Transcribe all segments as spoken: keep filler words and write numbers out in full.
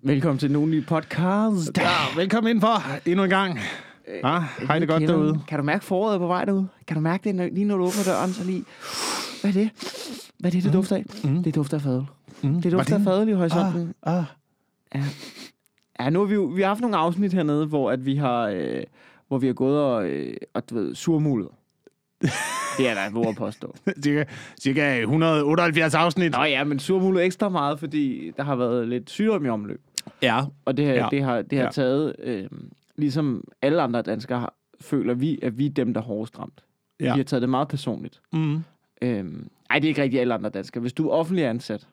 Velkommen til nogle nye podcast. Ja, velkommen indenfor endnu en gang. Ah, hej det godt derude. Kan du mærke foråret på vej derude? Kan du mærke det, når, lige når du åbner døren, så lige... Hvad er det? Hvad er det, det dufter af? Mm. Det dufter af fadøl. Mm. Det dufter af fadøl i horisonten. Ah, ah. Ja. Ja, nu har vi jo vi har haft nogle afsnit hernede, hvor at vi har øh, hvor vi har gået og, øh, og du ved, surmulet. Det er der et ord at påstå. cirka, cirka et hundrede otteoghalvfjerds afsnit. Nå ja, men surmulet ekstra meget, fordi der har været lidt sygdom i omløb. Ja. Og det, her, ja. det har, det har ja. taget, øh, ligesom alle andre danskere har, føler vi, at vi er dem, der er hårdest ramt. Ja. Vi har taget det meget personligt. Mm. Øhm, ej, det er ikke rigtig alle andre danskere. Hvis du er offentlig ansat,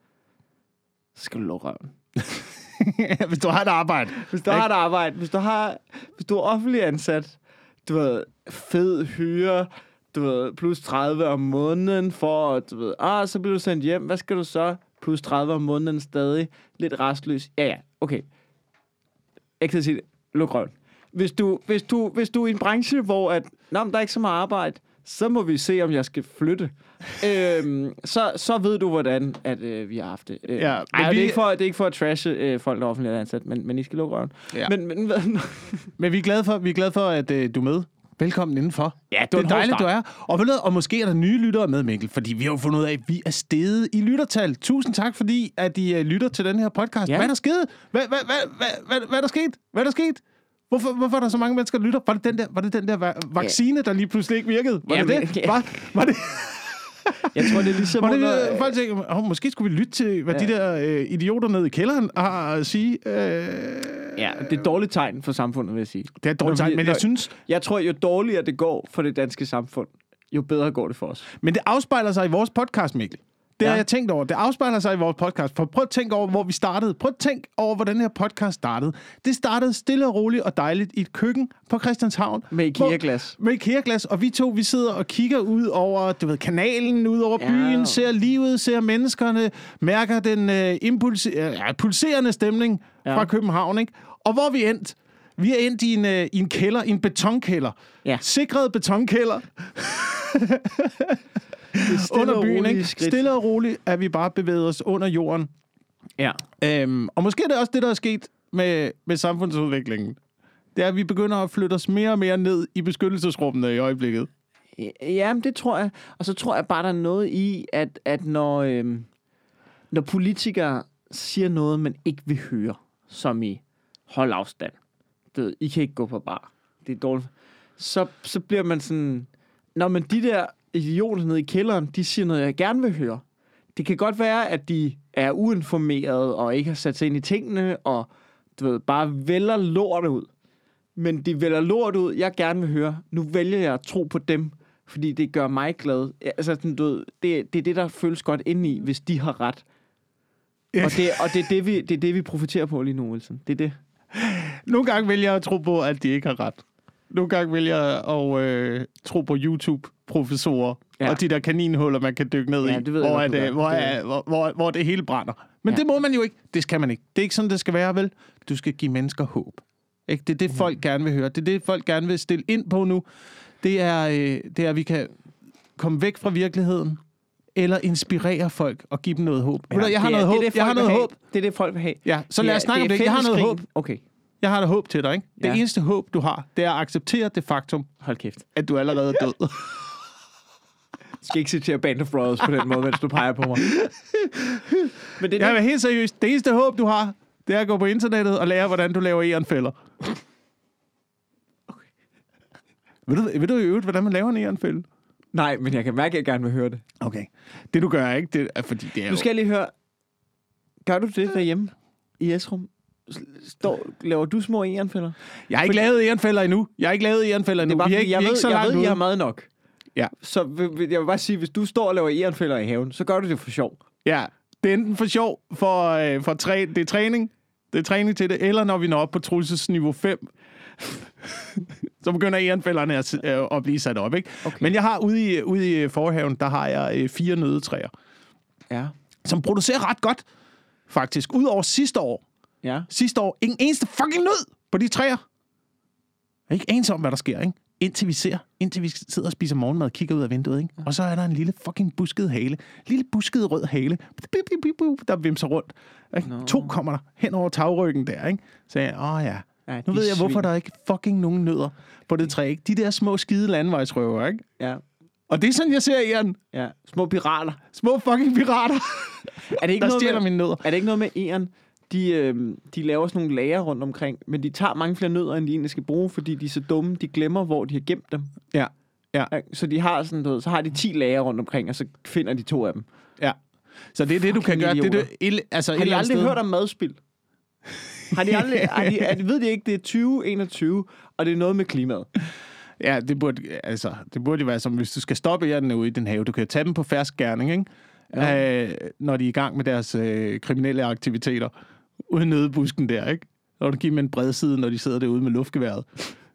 så skal du lukke røven. Hvis du har et arbejde. Hvis du har et arbejde. Hvis du, har, hvis du er offentlig ansat, du ved, fed hyre, du ved, plus tredive om måneden for, du ved, ah, så bliver du sendt hjem. Hvad skal du så? Plus tredive om måneden stadig. Lidt restløs. Ja, ja, okay. Jeg kan sige det. Luk røven. Hvis du, hvis, du, hvis du er i en branche, hvor at, nå, der er ikke så meget arbejde, så må vi se, om jeg skal flytte. øhm, så, så ved du, hvordan at, øh, vi har haft det. Øh, ja, ej, vi... det, er ikke for, det er ikke for at trashe øh, folk, der er offentligt ansat, men, men I skal lukke røven. Ja. Men, men, men vi er glade for, vi er glade for at øh, du er med. Velkommen indenfor. Ja, det er dejligt, du er. Og, og måske er der nye lyttere med, Mikkel, fordi vi har jo fundet ud af, at vi er steget i lyttertal. Tusind tak, fordi at I uh, lytter til den her podcast. Ja. Hvad er der sket? Hvad, hvad, hvad, hvad, hvad, hvad er der sket? Hvad er der sket? Hvorfor, hvorfor er der så mange mennesker, der lytter? Var det den der, var det den der va- vaccine, der lige pludselig ikke virkede? Var ja, det men, det? Ja. Var, var det... Jeg tror, det er ligesom... Var det, under... folk tænker, oh, måske skulle vi lytte til, hvad ja. de der øh, idioter nede i kælderen har at sige. Øh... Ja, det er et dårligt tegn for samfundet, vil jeg sige. Det er et dårligt tegn, men jeg synes... Jeg tror, jo dårligere det går for det danske samfund, jo bedre går det for os. Men det afspejler sig i vores podcast, Mikkel. Det ja. har jeg tænkt over. Det afspejler sig i vores podcast. For prøv at tænke over, hvor vi startede. Prøv at tænke over, hvor den her podcast startede. Det startede stille og roligt og dejligt i et køkken på Christianshavn. Med IKEA-glas. Med IKEA-glas. Og vi to, vi sidder og kigger ud over, du ved, kanalen, ud over byen, ja. ser livet, ser menneskerne, mærker den øh, impuls- ja, pulserende stemning ja. fra København, ikke? Og hvor er vi endt? Vi er endt i en, øh, i en kælder, i en betonkælder. Ja. Sikret betonkælder. Under byen, ikke? Stille og roligt er vi bare bevæget os under jorden. Ja. Øhm, og måske er det også det, der er sket med, med samfundsudviklingen. Det er, at vi begynder at flytte os mere og mere ned i beskyttelsesrummene i øjeblikket. Ja, det tror jeg. Og så tror jeg bare, der er noget i, at, at når, øhm, når politikere siger noget, man ikke vil høre, som i hold afstand. Det, I kan ikke gå på bar. Det er dårligt. Så, så bliver man sådan... Når man de der idioter nede i kælderen, de siger noget, jeg gerne vil høre. Det kan godt være, at de er uinformerede og ikke har sat sig ind i tingene, og du ved, bare vælger lort ud. Men de vælger lort ud, jeg gerne vil høre. Nu vælger jeg at tro på dem, fordi det gør mig glad. Altså, du ved, det, det er det, der føles godt indeni, hvis de har ret. Og det, og det, er det, vi, det er det, vi profiterer på lige nu, Wilson. Det er det. Nogle gange vælger jeg at tro på, at de ikke har ret. Nogle gange vælger jeg at øh, tro på YouTube-professorer, ja. og de der kaninhuller, man kan dykke ned ja, i, hvor, jeg, det, hvor, jeg, hvor, hvor, hvor det hele brænder. Men ja. det må man jo ikke. Det skal man ikke. Det er ikke sådan, det skal være, vel? Du skal give mennesker håb. Ikke? Det er det, folk gerne vil høre. Det er det, folk gerne vil stille ind på nu. Det er, øh, det er at vi kan komme væk fra virkeligheden, eller inspirere folk og give dem noget håb. Ja, jeg har noget håb. Jeg har noget håb. Det er det, folk vil have. Ja, så lad os snakke om det. Jeg har noget håb. Okay. Jeg har da håb til dig, ikke? Det ja. eneste håb, du har, det er at acceptere det faktum, hold kæft, at du allerede er død. Du skal ikke citere Band of Brothers på den måde, mens du peger på mig. Men det er ja, men helt seriøst. Det eneste håb, du har, det er at gå på internettet og lære, hvordan du laver eonfælder. Okay. Ved du, ved du i øvrigt, hvordan man laver en eonfælde? Nej, men jeg kan mærke, at jeg gerne vil høre det. Okay. Det du gør, ikke? Det er, fordi det er du skal jo... lige høre. Gør du det derhjemme i Esrum? Står, laver du små eonfælder? Jeg har ikke fordi... lavet eonfælder endnu. Jeg har ikke lavet eonfælder endnu. Bare, vi er ikke, jeg vi er ved, ikke så jeg langt ved, ude. Jeg har meget nok. Ja. Så jeg vil bare sige, hvis du står og laver eonfælder i haven, så gør du det for sjov. Ja, det er enten for sjov, for, øh, for træ, det er træning, det er træning til det, eller når vi når op på trusselsniveau fem, så begynder eonfælderne at, øh, at blive sat op, ikke? Okay. Men jeg har ude i, ude i forhaven, der har jeg øh, fire nødetræer, ja. som producerer ret godt, faktisk. Udover sidste år. Ja. Sidste år, ingen eneste fucking nød på de træer. Jeg er ikke ensom, hvad der sker, ikke? indtil vi ser, indtil vi sidder og spiser morgenmad og kigger ud af vinduet, ikke? Og så er der en lille fucking busket hale. Lille busket rød hale, der vimser rundt. No. To kommer der hen over tagryggen der, ikke? Så jeg, åh ja, ja nu ved jeg, hvorfor svin. Der er ikke fucking nogen nødder på det træ, ikke? De der små skide landevejsrøver, ikke? Ja. Og det er sådan, jeg ser Eren. Ja, små pirater. Små fucking pirater. Er det ikke der noget stjæler med, mine nødder. Er det ikke noget med Eren? De, øh, de laver sådan nogle lager rundt omkring, men de tager mange flere nødder, end de egentlig skal bruge, fordi de er så dumme, de glemmer, hvor de har gemt dem. Ja. Ja. Så de har sådan noget, så har de ti lager rundt omkring, og så finder de to af dem. Ja. Så det er det, du kan gøre. Det, det, altså, har de aldrig hørt om madspild? Har de aldrig, har de, er, ved de ikke, det er tyve enogtyve, og det er noget med klimaet? Ja, det burde, altså, det burde jo være som, hvis du skal stoppe ærtene ude i den have. Du kan tage dem på fersk gerning, ikke? Ja. Øh, når de er i gang med deres øh, kriminelle aktiviteter. Uden nødebusken der, ikke? Så du give dem en bredside, når de sidder derude med luftgeværet.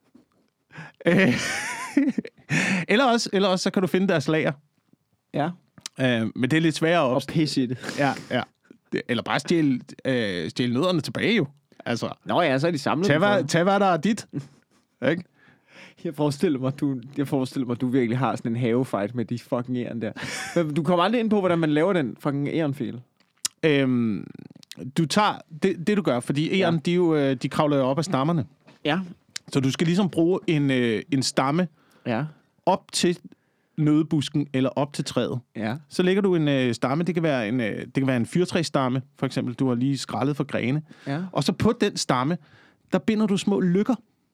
eller, også, eller også, så kan du finde deres lager. Ja. Øh, men det er lidt sværere op. Og pisse i det. Ja, ja. Eller bare stjæle, øh, stjæle nødderne tilbage, jo. Altså, nå ja, så er de samlet. Tag, hvad, tag hvad der er dit. Ikke? Jeg forestiller mig, du, jeg forestiller mig, du virkelig har sådan en havefight med de fucking æren der. Men du kommer aldrig ind på, hvordan man laver den fucking ærenfæl. Øhm, du tager det, det, du gør, fordi æren, ja. de, jo, de kravler jo op af stammerne. Ja. Så du skal ligesom bruge en, øh, en stamme ja. op til nødebusken eller op til træet. Ja. Så lægger du en øh, stamme, det kan være en, øh, det kan være en fyrtræsstamme, for eksempel, du har lige skrællet for grene. Ja. Og så på den stamme, der binder du små lykker.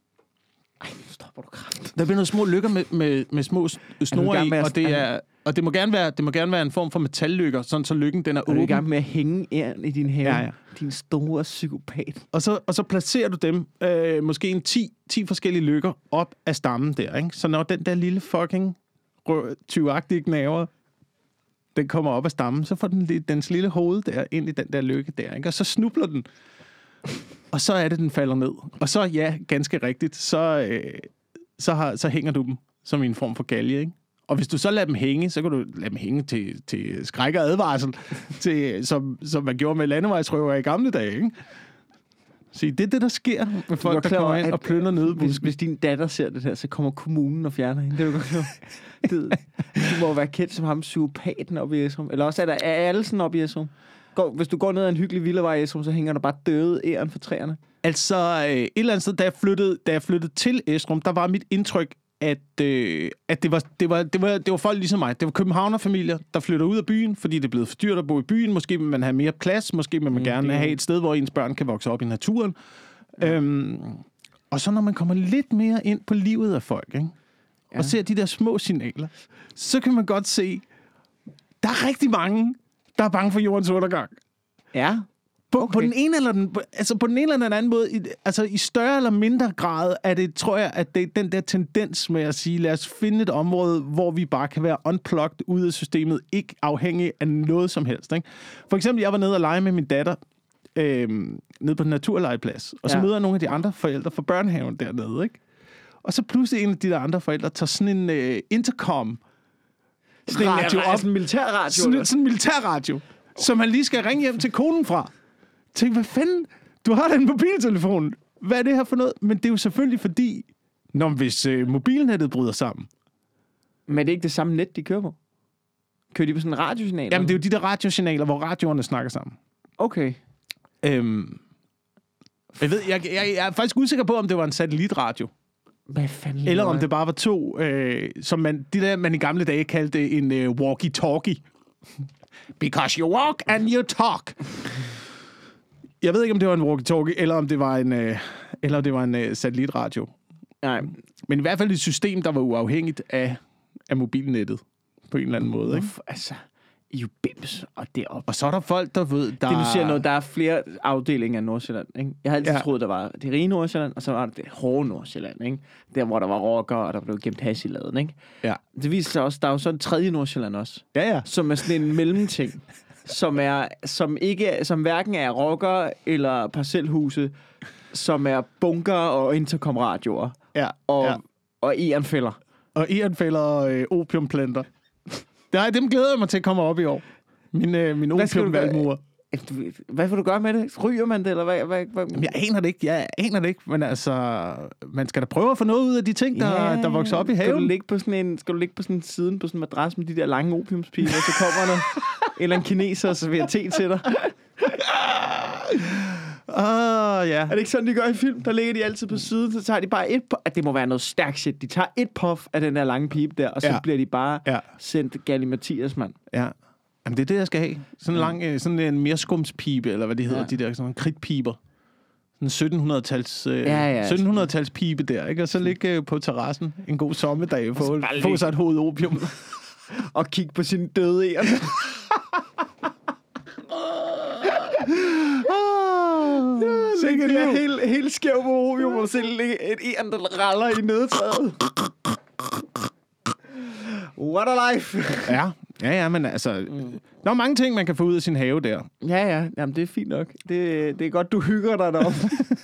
Ej, nu stopper du kraft. Der binder du små lykker med, med, med små snore i, og det er... Og det må gerne være, det må gerne være en form for metallykker, sådan så lykken den er, er åben. Er du i gang med at hænge æren i din have? Ja, ja. Din store psykopat. Og så, og så placerer du dem, øh, måske en ti, ti forskellige lykker, op af stammen der, ikke? Så når den der lille fucking tyvagtige knaver, den kommer op af stammen, så får den dens lille hoved der ind i den der lykke der, ikke? Og så snubler den. Og så er det, den falder ned. Og så, ja, ganske rigtigt, så, øh, så, har, så hænger du dem som en form for galge, ikke? Og hvis du så lader dem hænge, så kan du lade dem hænge til, til skræk og advarsel, til, som, som man gjorde med landevejsrøver i gamle dage, ikke? Så det er det, der sker med folk, der kommer ind og plynder nødebusken. Hvis, hvis din datter ser det her, så kommer kommunen og fjerner hende. Det er jo godt det, du må være kendt som ham psykopaten oppe i Esrum. Eller også er der er alle sådan oppe i Esrum. Hvis du går ned ad en hyggelig villavej i Esrum, så hænger der bare døde æren for træerne. Altså, et eller andet sted, da jeg flyttede, da jeg flyttede til Esrum, der var mit indtryk, at, øh, at det, var, det, var, det, var, det var folk ligesom mig. Det var københavnerfamilier, der flytter ud af byen, fordi det er blevet for dyrt at bo i byen. Måske vil man have mere plads, måske vil man mm, gerne det... have et sted, hvor ens børn kan vokse op i naturen. Ja. Øhm, og så når man kommer lidt mere ind på livet af folk, ikke? Ja. Og ser de der små signaler, så kan man godt se, der er rigtig mange, der er bange for jordens undergang. Ja. På, okay. på den ene eller den, altså på den ene eller den anden måde, i, altså i større eller mindre grad, er det, tror jeg, at det er den der tendens med at sige, lad os finde et område, hvor vi bare kan være unplugged ud af systemet, ikke afhængig af noget som helst. Ikke? For eksempel, jeg var nede og lege med min datter, øh, nede på den naturlegeplads, og så ja. møder jeg nogle af de andre forældre fra børnehaven dernede, ikke? Og så pludselig en af de der andre forældre tager sådan en øh, intercom, sådan en radio op. Sådan en militærradio. Sådan, sådan en militærradio, som man lige skal ringe hjem til konen fra. Tænk, hvad fanden? Du har da en mobiltelefon. Hvad er det her for noget? Men det er jo selvfølgelig fordi, når hvis øh, mobilnettet bryder sammen. Men er det ikke det samme net, de kører på? Kører de på sådan en radiosignal? Jamen, det er jo de der radiosignaler, hvor radioerne snakker sammen. Okay. Øhm, jeg, ved, jeg, jeg, jeg er faktisk usikker på, om det var en satellitradio. Hvad fanden? Eller om det bare var to, øh, som man, de der, man i gamle dage kaldte en øh, walkie-talkie. Because you walk and you talk. Jeg ved ikke, om det var en walkie-talkie, eller om det var en, øh, eller om det var en øh, satellitradio. Nej. Men i hvert fald et system, der var uafhængigt af, af mobilnettet, på en eller anden måde. Ikke? Altså, I jo bims, og deroppe. Og så er der folk, der ved, der... Det, du siger noget, der er flere afdelinger af Nordsjælland, ikke? Jeg har altid ja. troet, der var det rige Nordsjælland, og så var der det hårde Nordsjælland, ikke? Der, hvor der var rocker, og der blev gemt hash i laden, ikke? Ja. Det viser sig også, der er jo så en tredje Nordsjælland også. Ja, ja. Som er sådan en mellemting. som er som ikke som hverken er rocker eller parcelhuse, som er bunker og intercomradioer. Ja. Og ja. og erenfælder. Og erenfælder og øh, opiumplanter. Der, dem glæder jeg mig til at komme op i år. Min, øh, min opiumvalmure. Hvad får du gøre med det? Ryger man det, eller hvad? hvad, hvad? Jamen, jeg aner det ikke, jeg aner det ikke, men altså, man skal da prøve at få noget ud af de ting, der, ja, der vokser op i haven. Skal du ligge på sådan en, skal du ligge på sådan en siden, på sådan en madras med de der lange opiumspiler, og så kommer der en eller anden kineser og serverer te til dig? Ah, ja. Er det ikke sådan, de gør i film? Der ligger de altid på siden, så tager de bare et puff. Det må være noget stærkt shit. De tager et puff af den der lange pipe der, og så ja. bliver de bare ja. sendt Galli Mathias, mand. Ja. Jamen, det er det, jeg skal have. Sådan en ja. lang, sådan en merskumspipe, eller hvad det hedder, ja. de der sådan nogle kridtpiber. Sådan en sytten hundrede-tals, øh, ja, ja, sytten hundrede-tals pibe der, ikke? Og så ligge øh, på terrassen en god sommerdag, få, få sig et hoved opium. Og kigge på sine døde æren. Sikkert det er helt, helt skæv på opium, og selv et æren, der raller i nedtræet. What a life! Ja, ja, ja, men altså... Mm. Der er mange ting, man kan få ud af sin have der. Ja, ja. Jamen, det er fint nok. Det, det er godt, du hygger dig deroppe.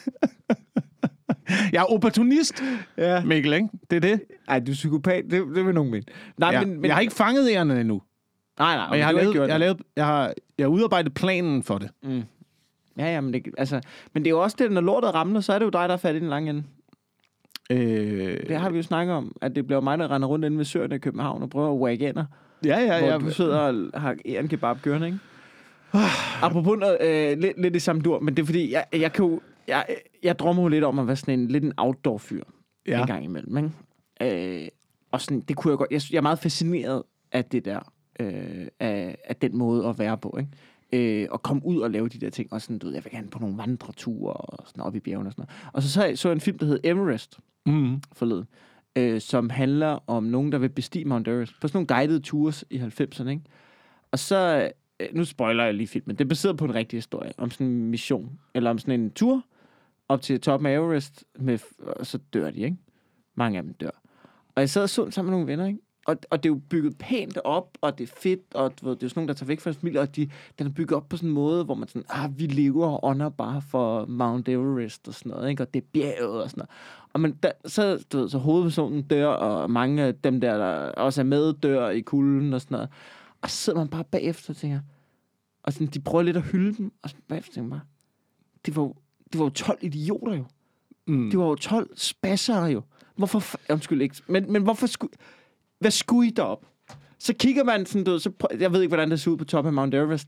Jeg er opportunist, ja. Mikkel, ikke? Det er det. Ej, du er psykopat. Det, det vil nogen mene. Nej, ja. men, men... Jeg har ikke fanget ærerne endnu. Nej, nej. Og jeg har, lavet, jeg, har lavet, jeg, har, jeg har udarbejdet planen for det. Mm. Ja, ja, men det, altså, men det er jo også det, når lortet ramler, så er det jo dig, der er fat i den lange ende. Øh... Det har vi jo snakket om, at det bliver mig, der render rundt inde ved søerne i København og prøver at wagge ender. Ja, ja, ja. Hvor du sidder og har æren kebab kørende, ikke? Apropos øh, lidt, lidt i samme dur, men det er fordi, jeg, jeg kan jo... Jeg, jeg drømmer jo lidt om at være sådan en lidt en outdoor-fyr ja. en gang imellem, ikke? Øh, og sådan, det kunne jeg godt... Jeg, jeg er meget fascineret af det der, øh, af, af den måde at være på, ikke? Øh, og komme ud og lave de der ting, og sådan, du ved, jeg vil gerne på nogle vandreture og sådan op i bjergene og sådan noget. Og så så jeg, så jeg en film, der hed Everest mm. forleden, øh, som handler om nogen, der vil bestige Mount Everest på sådan nogle guidede tours i halvfemserne, ikke? Og så, øh, nu spoiler jeg lige filmen, det er baseret på en rigtig historie om sådan en mission, eller om sådan en tur op til toppen af Everest, med, og så dør de, ikke? Mange af dem dør. Og jeg sad og så sammen med nogle venner, ikke? Og, og det er jo bygget pænt op, og det er fedt, og du ved, det er jo sådan nogle, der tager væk fra familie, og de, den er bygget op på sådan en måde, hvor man sådan, ah, vi lever og ånder bare for Mount Everest og sådan noget, ikke? Og det er bjerget og sådan noget. Og man, der, så, du ved, så hovedpersonen dør, og mange af dem der, der også er med, dør i kulden og sådan noget. Og så sidder man bare bagefter og tænker, og sådan, de prøver lidt at hylde dem, og så bagefter tænker man bare, det var, det var jo tolv idioter jo. Mm. Det var jo tolv spasser jo. Hvorfor, undskyld ikke, men, men hvorfor skulle... Hvad skulle I derop? Så kigger man sådan, du ved, så prøv, jeg ved ikke, hvordan det ser ud på toppen af Mount Everest.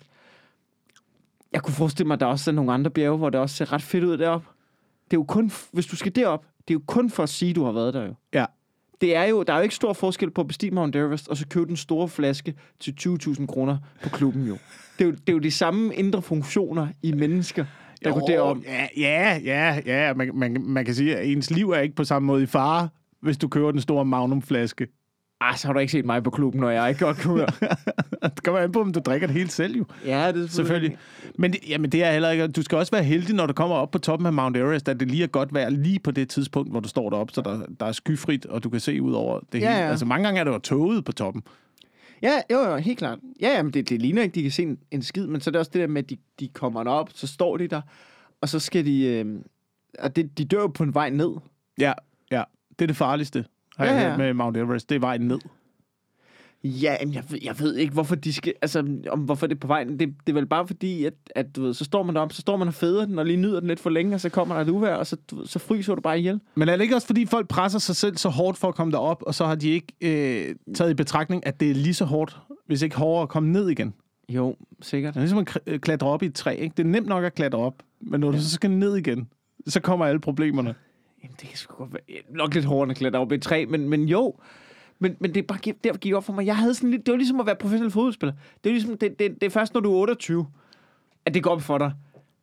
Jeg kunne forestille mig, at der også er nogle andre bjerge, hvor det også ser ret fedt ud deroppe. Det er jo kun, hvis du skal derop, det er jo kun for at sige, at du har været der jo. Ja. Det er jo, der er jo ikke stor forskel på at bestige Mount Everest, og så købe den store flaske til tyve tusind kroner på klubben jo. Det er jo, det er jo de samme indre funktioner i mennesker, der jo, går derop. Ja, ja, ja, ja. Man, man, man kan sige, at ens liv er ikke på samme måde i fare, hvis du køber den store Magnum-flaske. Ah, så har du ikke set mig på klubben, når jeg ikke godt kan høre. Det kommer an på, om du drikker det helt selv, jo. Ja, det er selvfølgelig. Men, jamen, det er heller ikke... Du skal også være heldig, når du kommer op på toppen af Mount Everest, at det lige er godt vejr lige på det tidspunkt, hvor du står deroppe, så der, der er skyfrit, og du kan se ud over det ja, hele. Ja. Altså, mange gange er det jo tåget på toppen. Ja, jo, jo, helt klart. Ja, jamen, det, det ligner ikke, de kan se en, en skid, men så er det også det der med, at de, de kommer derop, så står de der, og så skal de... Øh, og det, de dør jo på en vej ned. Ja, ja. Det er det farligste, har ja, jeg ja. hørt med Mount Everest. Det er vejen ned. Ja, men jeg ved, jeg ved ikke, hvorfor de skal... Altså, om hvorfor det er på vejen. Det, det er vel bare fordi, at, at du ved, så står man deroppe, så står man og feder den, og lige nyder den lidt for længe, og så kommer der et uvejr, og så, du ved, så fryser du bare ihjel. Men er det ikke også, fordi folk presser sig selv så hårdt for at komme derop, og så har de ikke øh, taget i betragtning, at det er lige så hårdt, hvis ikke hårdere at komme ned igen? Jo, sikkert. Det er ligesom at klatre op i et træ, ikke? Det er nemt nok at klatre op, men når ja. du så skal ned igen, så kommer alle problemerne. Jamen, det kan sgu godt være nok lidt hårdere at klatre op i et træ, men, men jo... Men, men det er bare der gik op for mig. Jeg havde sådan lidt, det var ligesom at være professionel fodboldspiller. Det er ligesom det, det, det er først når du er otteogtyve, at det går op for dig.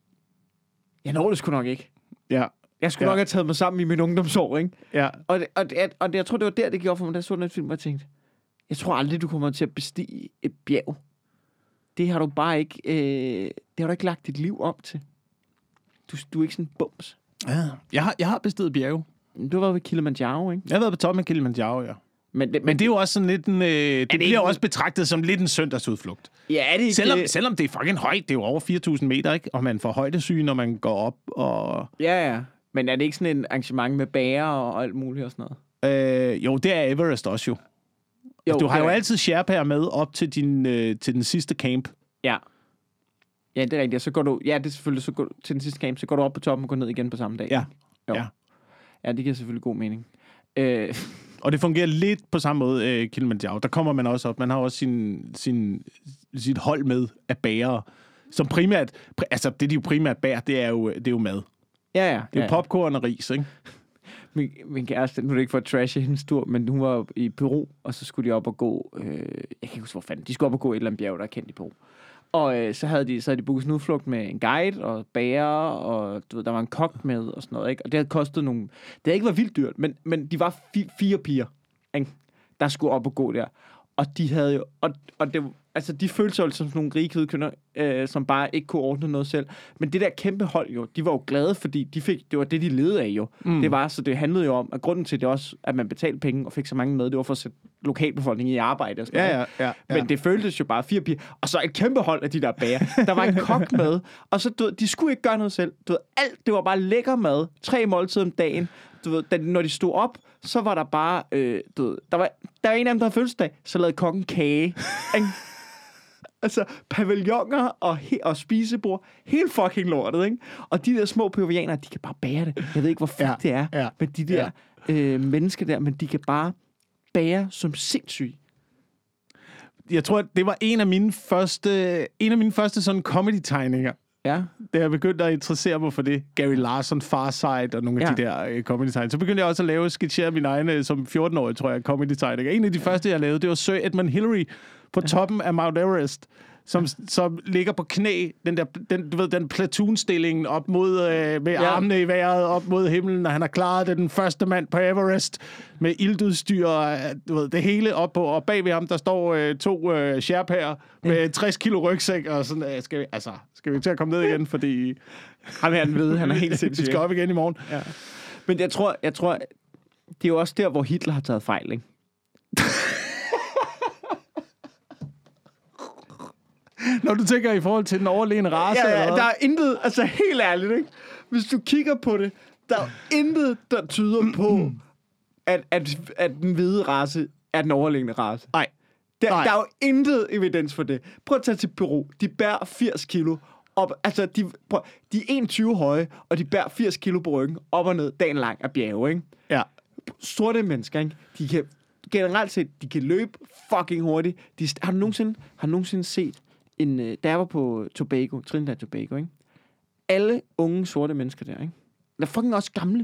Jeg når det sgu nok ikke. Ja. Jeg skulle ja. nok have taget mig sammen i min ungdomsår, ikke? Ja. Og, det, og, det, og det, jeg tror det var der det gik op for mig, da jeg så den film, og jeg tænkte, jeg tror aldrig du kommer til at bestige et bjerg. Det har du bare ikke, øh, det har du ikke lagt dit liv op til. Du, du er ikke sådan bums. Ja. Jeg har jeg har besteget bjerge. Du har været ved Kilimanjaro, ikke? Jeg har været på toppen af Kilimanjaro, ja. Men det, men det er jo også sådan lidt en... Øh, det, det bliver jo også betragtet som lidt en søndagsudflugt. Ja, det er selvom, det. selvom det er fucking højt, det er jo over fire tusind meter, ikke? Og man får højdesyge, når man går op og... Ja, ja. Men er det ikke sådan en arrangement med bager og alt muligt og sådan noget? Øh, jo, det er Everest også jo. jo altså, du har jo altid Sherpaer med op til, din, øh, til den sidste camp. Ja. Ja, det er rigtigt. Så går du, ja, det er selvfølgelig, så går du til den sidste camp, så går du op på toppen og går ned igen på samme dag. Ja. Jo. Ja. Ja, det giver selvfølgelig god mening. Øh. Og det fungerer lidt på samme måde, øh, Kilimanjaro. Der kommer man også op. Man har også sin, sin, sit hold med af bærere, som primært, altså det de jo primært bærer, det er jo, det er jo mad. Ja, ja. Det er jo ja, popcorn og ris, ikke? Min, min kæreste, nu er det ikke for at trashe hendes tur, men hun var i Peru, og så skulle de op og gå, øh, jeg kan ikke huske, hvor fanden, de skulle op og gå et eller andet bjerg, der er kendt i Peru. Og øh, så havde de, så havde de booket en udflugt med en guide og bager, og du ved, der var en kok med og sådan noget, ikke? Og det havde kostet nogle, det havde ikke været vildt dyrt, men, men de var fi, fire piger, ikke? Der skulle op og gå der. Og de havde jo, og, og det, altså de følte sig som nogle rige kødkønner, øh, som bare ikke kunne ordne noget selv. Men det der kæmpe hold jo, de var jo glade, fordi de fik, det var det, de levede af jo. Mm. Det var, så det handlede jo om, at grunden til det også, at man betalte penge og fik så mange med, det var for at sætte lokalbefolkningen i arbejde. Og sådan ja, ja, ja, ja. Men det føltes jo bare fire piger. Og så et kæmpe hold af de der bager. Der var en kok med, og så, du ved, de skulle ikke gøre noget selv. Du ved, alt, det var bare lækker mad, tre måltider om dagen. Du ved, da, når de stod op, så var der bare, øh, du ved, der var, der var en af dem, der havde fødselsdag, så lavede kokken kage. Altså, pavilloner og, he- og spisebord, helt fucking lortet, ikke? Og de der små peruvianere, de kan bare bære det. Jeg ved ikke, hvor fedt ja, det er ja, med de der ja. øh, mennesker der, men de kan bare bære som sindssygt. Jeg tror, det var en af mine første, en af mine første sådan comedy-tegninger. Ja. Da jeg begyndte at interessere mig for det, Gary Larson, Farsight og nogle af ja. de der uh, comedy-tegninger, så begyndte jeg også at lave, skitsere mine egne, som fjorten-årig, tror jeg, comedy-tegninger. En af de ja. første, jeg lavede, det var Sir Edmund Hillary på ja. toppen af Mount Everest, som, ja. som ligger på knæ, den der, den, du ved, den platoonstillingen op mod, øh, med ja. armene i vejret, op mod himlen, og han har klaret det, den første mand på Everest, med ildudstyr, du ved, det hele op på, og bag ved ham, der står øh, to øh, sherpaer med tres kilo rygsæk, og sådan, øh, skal vi, altså, skal vi til at komme ned igen, fordi... Han er, han ved, han er helt sindssyg. Vi skal op igen i morgen. Ja. Men jeg tror, jeg tror, det er jo også der, hvor Hitler har taget fejl, ikke? Når du tænker i forhold til den overlegne race. Ja, ja, der er intet, altså helt ærligt, ikke? Hvis du kigger på det, der er intet, der tyder på, at, at, at den hvide race er den overlegne race. Nej. Der, Nej. der er jo intet evidens for det. Prøv at tage til Peru. De bærer firs kilo op, altså de, prøv, de er en komma tyve høje, og de bærer firs kilo på ryggen op og ned dagen lang af bjerge, ikke? Ja. Sorte mennesker, ikke? De kan generelt set, de kan løbe fucking hurtigt. De, har, du nogensinde, har du nogensinde set en, da jeg var på Tobago, Trinidad og Tobago, ikke? Alle unge sorte mennesker der, ikke? Der er fucking også gamle.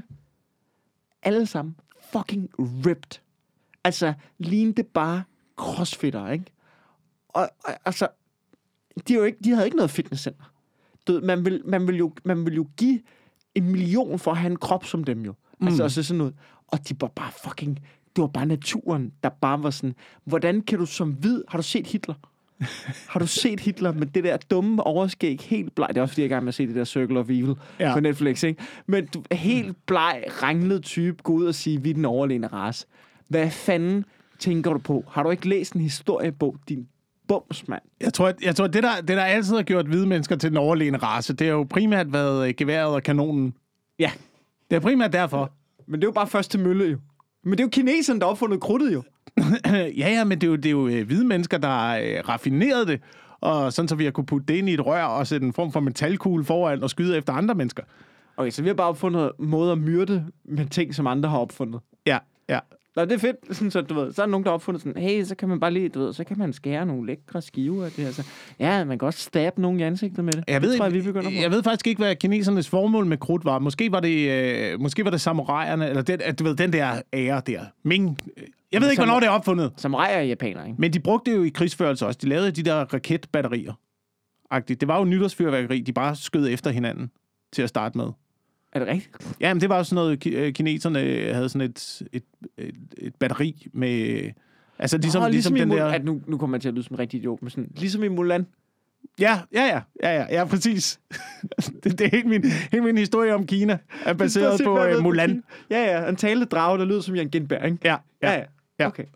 Alle sammen fucking ripped. Altså, lignede bare crossfitter, ikke? Og, og altså, de, er jo ikke, de havde ikke noget fitnesscenter. Du ved, man vil, man vil jo, man vil jo give en million for at have en krop som dem jo. Mm. Altså, også sådan noget. Og de var bare fucking, det var bare naturen, der bare var sådan, hvordan kan du som hvid, har du set Hitler? Har du set Hitler med det der dumme overskæg, helt bleg? Det er også fordi, jeg er i gang med at se det der Circle of Evil ja. på Netflix, ikke? Men du, helt bleg, ranglet type, gå ud og sige, vi er den overlegne race. Hvad fanden tænker du på? Har du ikke læst en historiebog, din bums, mand? Jeg tror, jeg tror det, der, det der altid har gjort hvide mennesker til den overlegne race, det har jo primært været geværet og kanonen. Ja. Det er primært derfor. Men det er jo bare først til mølle, jo. Men det er jo kineserne, der har opfundet krudtet, jo. ja, ja, men det er jo, det er jo øh, hvide mennesker, der har øh, raffineret det, og sådan så vi har kunne putte det ind i et rør og sætte en form for metalkugle foran og skyde efter andre mennesker. Okay, så vi har bare opfundet måder at myrde med ting, som andre har opfundet. Ja, ja. Nå, det er fedt, sådan, så du ved, så er der nogen, der har opfundet sådan, hey, så kan man bare lige, du ved, så kan man skære nogle lækre skiver af det her. Så, ja, man kan også stabbe nogen i ansigtet med det. Jeg ved, det tror jeg, vi begynder på. Jeg ved faktisk ikke, hvad kinesernes formål med krudt var. Måske var det, øh, måske var det samuraierne, eller den, du ved, den der ære der. Ming. Jeg ved ikke, Samur- hvornår det er opfundet. Samuraier er japanere, ikke? Men de brugte det jo i krigsførelse også. De lavede de der raketbatterier. Det var jo nytårsfyrværkeri, de bare skød efter hinanden til at starte med. Er det rigtigt? Ja, men det var jo sådan noget, kineserne havde sådan et, et, et, et batteri med... Altså ligesom, Nå, ligesom, ligesom den Mul- der... At nu, nu kommer jeg til at lyde som en rigtig idiot, men sådan, ligesom i Mulan. Ja, ja, ja, ja, ja, ja præcis. det, det er helt min, helt min historie om Kina, er baseret på uh, Mulan. Ja, ja, en talende drage, der lyder som Jan Gindberg, ikke? Ja, ja, ja, ja. Okay.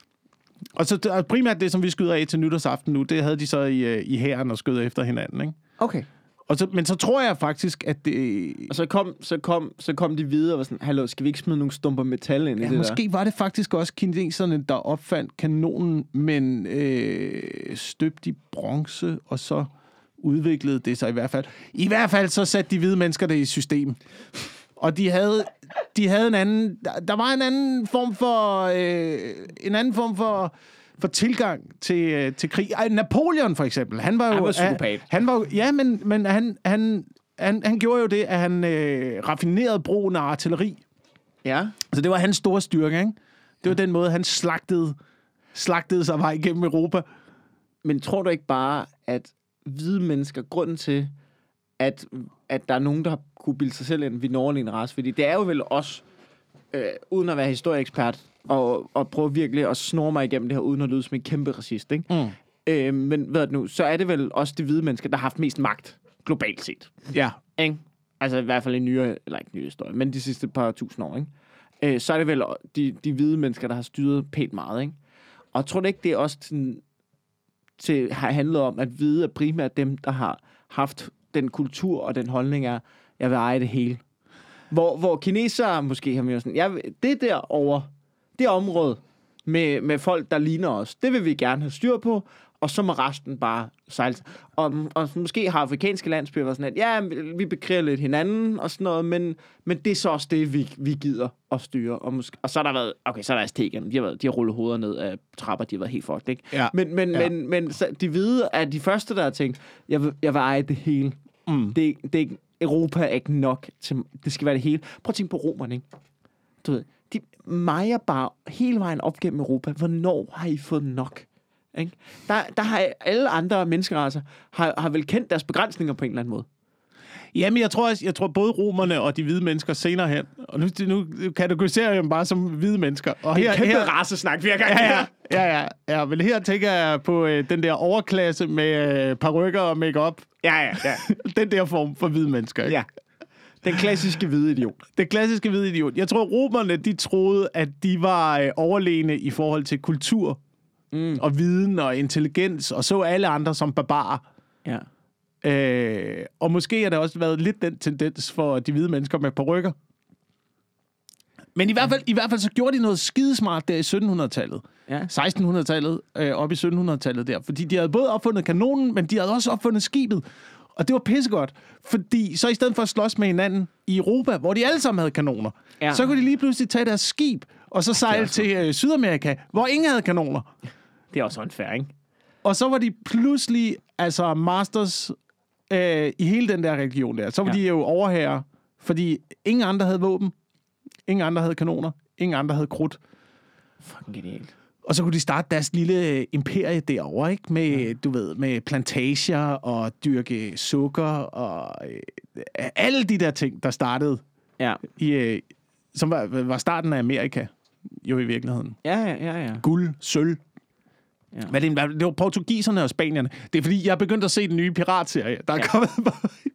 Og så og primært det, som vi skyder af til nytårsaften nu, det havde de så i, i hæren og skød efter hinanden, ikke? Okay. Og så, men så tror jeg faktisk, at det... Og så kom, så kom, så kom de videre og var sådan, hallo, skal vi ikke smide nogle stumper metal ind i ja, det måske der? var det faktisk også kineserne, der opfandt kanonen, men øh, støbt i bronze, og så udviklede det sig i hvert fald. I hvert fald så satte de hvide mennesker det i system. Og de havde, de havde en anden... Der var en anden form for... Øh, en anden form for... for tilgang til, til krig. Napoleon for eksempel, han var jo... Han var psykopat. Han var, ja, men, men han, han, han, han gjorde jo det, at han øh, raffinerede brugen af artilleri. Ja. Så det var hans store styrke, ikke? Det var ja. den måde, han slagtede, slagtede sig vej igennem Europa. Men tror du ikke bare, at hvide mennesker, grunden til, at, at der er nogen, der har kunne bilde sig selv ind, vi når en race, fordi det er jo vel os, øh, uden at være historieekspert, og, og prøve virkelig at snore mig igennem det her, uden at lyde som en kæmpe racist, ikke? Mm. Øh, men ved du nu, så er det vel også de hvide mennesker, der har haft mest magt, globalt set. Ja. Ikke? Altså i hvert fald i nyere, eller ikke nyere historie, men de sidste par tusind år, ikke? Øh, så er det vel de, de hvide mennesker, der har styret pænt meget, ikke? Og tror du ikke, det er også til, til, har handlet om, at hvide er primært dem, der har haft den kultur og den holdning er, jeg vil eje det hele. Hvor, hvor kinesere måske har mere sådan, jeg vil, det derovre, det område med, med folk, der ligner os, det vil vi gerne have styr på, og så må resten bare sejle. Og, og måske har afrikanske landsbyer været sådan, at ja, vi bekriger lidt hinanden og sådan noget, men, men det er så også det, vi, vi gider at styre. Og, måske, og så har der været, okay, så er der aztekerne, de har, været, de har rullet hoveder ned af trapper, de har været helt fucked, ikke? Ja. Men, men, ja. men, men så de hvide er de første, der har tænkt, jeg vil, jeg vil eje det hele. Mm. Det, det, Europa er ikke nok til, det skal være det hele. Prøv at tænke på romerne, ikke? Du ved, de mejer bare hele vejen op gennem Europa. Hvornår har I fået nok? Ikke? Der, der har alle andre menneskeracer har, har vel kendt deres begrænsninger på en eller anden måde. Jamen, jeg tror også, jeg tror både romerne og de hvide mennesker senere hen, og nu, nu kategoriserer jeg dem bare som hvide mennesker. Og det er her, en kæmpe her, racesnak, hver gang. Ja, ja, ja, ja, ja, men her tænker jeg på øh, den der overklasse med øh, parykker og make-up. Ja, ja, ja. Den der form for hvide mennesker, ikke? Ja. Den klassiske hvide idiot. Den klassiske hvide idiot. Jeg tror, romerne, de troede, at de var øh, overlegne i forhold til kultur mm. og viden og intelligens, og så alle andre som barbarer. Ja. Øh, og måske har der også været lidt den tendens for de hvide mennesker med parykker. Men i hvert fald, i hvert fald så gjorde de noget skidesmart der i syttenhundredetallet. Ja. sekstenhundredetallet, øh, op i syttenhundredetallet der. Fordi de havde både opfundet kanonen, men de havde også opfundet skibet. Og det var pissegodt. Fordi så i stedet for at slås med hinanden i Europa, hvor de alle sammen havde kanoner, ja. så kunne de lige pludselig tage deres skib, og så sejle til øh, Sydamerika, hvor ingen havde kanoner. Det er også unfair, ikke? Og så var de pludselig altså masters øh, i hele den der region der. Så var ja. de jo overherrer, fordi ingen andre havde våben, ingen andre havde kanoner, ingen andre havde krudt. Fucking genialt. Og så kunne de starte deres lille imperie derovre, ikke? Med, ja. du ved, med plantager og dyrke sukker og øh, alle de der ting, der startede ja. i, øh, som var, var starten af Amerika, jo i virkeligheden. Ja, ja, ja. ja. Guld, sølv. Ja. Men det, det var portugiserne og spanierne. Det er fordi, jeg er begyndt at se den nye piratserie, der er ja. kommet på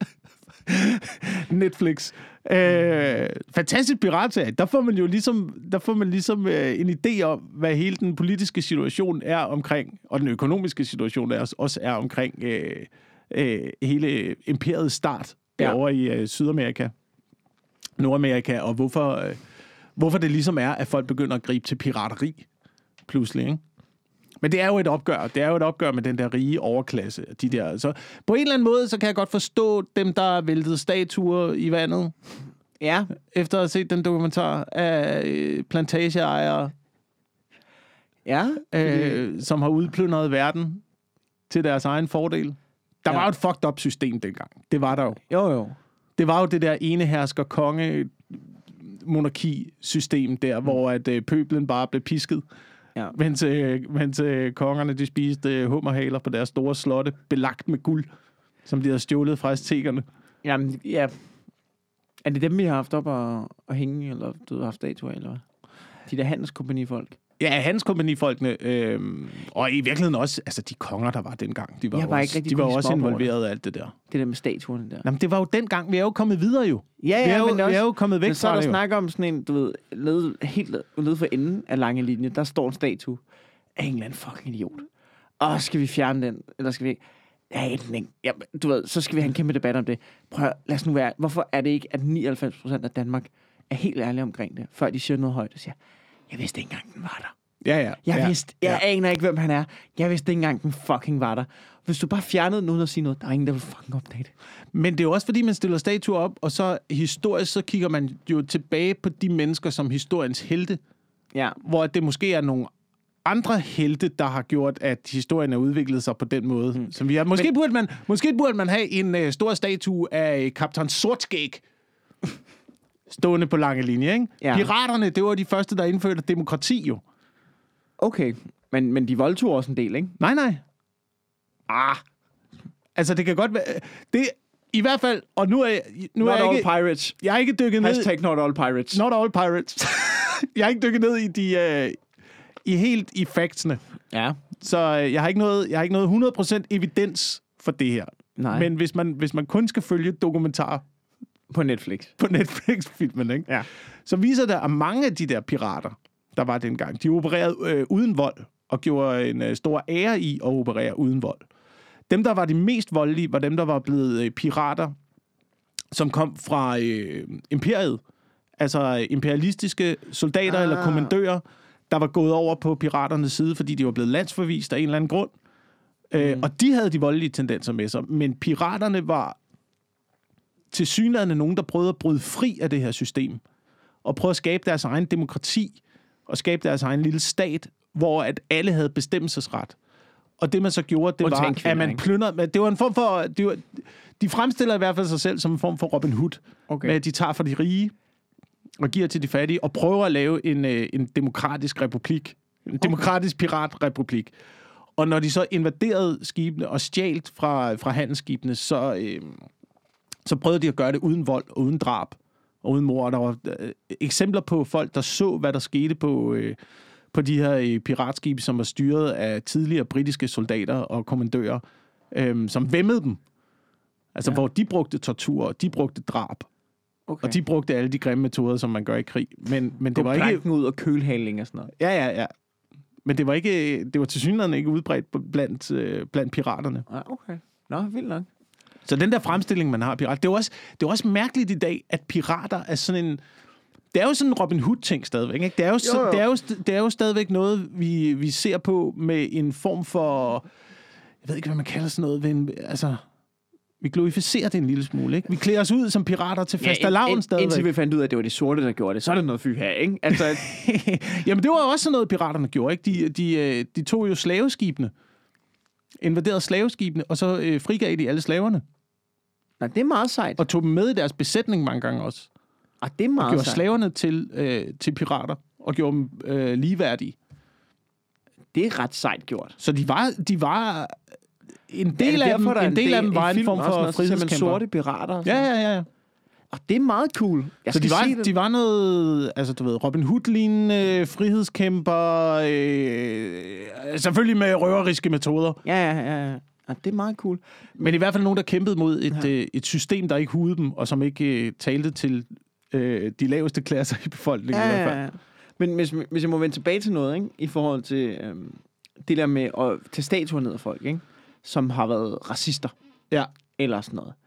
Netflix. Øh, fantastisk piratserie. Der får man jo ligesom, der får man ligesom øh, en idé om, hvad hele den politiske situation er omkring, og den økonomiske situation er, også er omkring øh, øh, hele imperiets start ja. derovre i øh, Sydamerika, Nordamerika, og hvorfor, øh, hvorfor det ligesom er, at folk begynder at gribe til pirateri pludselig, ikke? Men det er jo et opgør. Det er jo et opgør med den der rige overklasse. De der. Så på en eller anden måde, så kan jeg godt forstå dem, der væltede statuer i vandet. Ja. Efter at have set den dokumentar af plantageejere, ja, øh, som har udplyndret verden til deres egen fordel. Der ja. var jo et fucked up system dengang. Det var der jo. Jo, jo. Det var jo det der enehersker konge monarki-system der, mm. hvor at øh, pøblen bare blev pisket. Ja. Mens, øh, mens øh, kongerne, de spiste øh, hummerhaler på deres store slotte, belagt med guld, som de havde stjålet fra aztekerne. Jamen, ja. Er det dem, vi har haft op og, og hænge, eller du har haft statuer, eller hvad? De der handelskompagnifolk. Ja, handelskompagnifolkene, øh, og i virkeligheden også, altså de konger, der var dengang, de var, var også, de var også involveret i alt det der. Det der med statuerne der. Jamen, det var jo dengang, vi er jo kommet videre jo. Ja, ja, vi er jo, men, også, vi er jo kommet væk men så fra er der det snakker om sådan en, du ved, led, helt nede for enden af lange linje, der står en statue af en eller anden fucking idiot. Og skal vi fjerne den, eller skal vi... Ja, den ikke. Ja, du ved, så skal vi have en kæmpe debat om det. Prøv, lad os nu være... Hvorfor er det ikke, at nioghalvfems procent af Danmark er helt ærlige omkring det, før de siger noget højt og siger, jeg vidste ikke engang, den var der. Ja, ja. Jeg ja, vidste, jeg ja. aner ikke, hvem han er. Jeg vidste ikke engang, den fucking var der. Hvis du bare fjernede den uden at sige noget, der er ingen, der vil fucking opdage det. Men det er jo også, fordi man stiller statuer op, og så historisk, så kigger man jo tilbage på de mennesker som historiens helte. Ja. Hvor det måske er nogle andre helte, der har gjort, at historien er udviklet sig på den måde. Mm. Som vi har. Måske, Men, burde man, måske burde man have en uh, stor statue af kaptajn Sortskæg stående på lange linje, ikke? Ja. Piraterne, det var de første, der indførte demokrati, jo. Okay, men, men de voldtog også en del, ikke? Nej, nej. Ah. Altså, det kan godt være... Det, i hvert fald, og nu er jeg... Nu not er jeg all ikke, pirates. Jeg er ikke dykket ned... Hashtag not all pirates. Not all pirates. Jeg er ikke dykket ned i de... Uh, i helt i factsene. Ja. Så uh, jeg har ikke noget, jeg har ikke noget hundrede procent evidens for det her. Nej. Men hvis man, hvis man kun skal følge dokumentarer... På Netflix. På Netflix-filmen, ikke? Ja. Så viser det, at mange af de der pirater, der var dengang, de opererede øh, uden vold, og gjorde en øh, stor ære i at operere uden vold. Dem, der var de mest voldelige, var dem, der var blevet øh, pirater, som kom fra øh, imperiet. Altså imperialistiske soldater ah. eller kommandører, der var gået over på piraternes side, fordi de var blevet landsforvist af en eller anden grund. Mm. Øh, og de havde de voldelige tendenser med sig. Men piraterne var tilsyneladende nogen, der prøvede at bryde fri af det her system, og prøve at skabe deres egen demokrati, og skabe deres egen lille stat, hvor at alle havde bestemmelsesret. Og det, man så gjorde, det var, kvinder, at man plyndrede... Det var en form for... Det var, de fremstiller i hvert fald sig selv som en form for Robin Hood. Okay. Med, at de tager fra de rige og giver til de fattige, og prøver at lave en, en demokratisk republik. En okay. demokratisk piratrepublik. Og når de så invaderede skibene og stjalt fra, fra handelsskibene, så, øh, så prøvede de at gøre det uden vold og uden drab og uden mord. Der var øh, eksempler på folk, der så, hvad der skete på... Øh, på de her øh, piratskibe, som var styret af tidligere britiske soldater og kommandører, øh, som væmmede dem. Altså, ja. Hvor de brugte tortur, de brugte drab, okay. og de brugte alle de grimme metoder, som man gør i krig. Men, men det var ikke... ud og kølhaling og sådan noget. Ja, ja, ja. Men det var ikke, det var tilsyneladende ikke udbredt blandt, øh, blandt piraterne. Ja, okay. Nå, vildt nok. Så den der fremstilling, man har af pirater, det er også, det er også mærkeligt i dag, at pirater er sådan en... Det er jo sådan en Robin Hood-ting stadigvæk, ikke? Det er jo, jo, jo. Det er jo, det er jo stadigvæk noget, vi, vi ser på med en form for... Jeg ved ikke, hvad man kalder sådan noget. Ved en, altså, vi glorificerer det en lille smule, ikke? Vi klæder os ud som pirater til ja, fastelavn stadigvæk. Indtil vi fandt ud af, at det var de sorte, der gjorde det. Så er det noget fy her, ikke? Altså, jamen, det var jo også sådan noget, piraterne gjorde, ikke? De, de, de tog jo slaveskibene, invaderede slaveskibene, og så øh, frigav de alle slaverne. Nej, det er meget sejt. Og tog dem med i deres besætning mange gange også. Ah, det er meget og gjorde sejt. slaverne til, øh, til pirater, og gjorde dem øh, ligeværdige. Det er ret sejt gjort. Så de var, de var en del af dem, en del, del af dem var en, en form for frihedskæmper. Sorte pirater. Ja, ja, ja. Og det er meget cool. Jeg så de var, de var noget, altså du ved, Robin Hood-lignende frihedskæmper, øh, selvfølgelig med røveriske metoder. Ja, ja, ja, ja. Ja, det er meget cool. Men i hvert fald nogen, der kæmpede mod et, ja. øh, et system, der ikke hudede dem, og som ikke øh, talte til øh, de laveste klasser i befolkningen. Ja, i hvert fald. Ja, ja. Men hvis, hvis jeg må vende tilbage til noget, ikke? I forhold til øh, det der med at tage statuer ned af folk, ikke? Som har været racister. Ja. Eller sådan noget.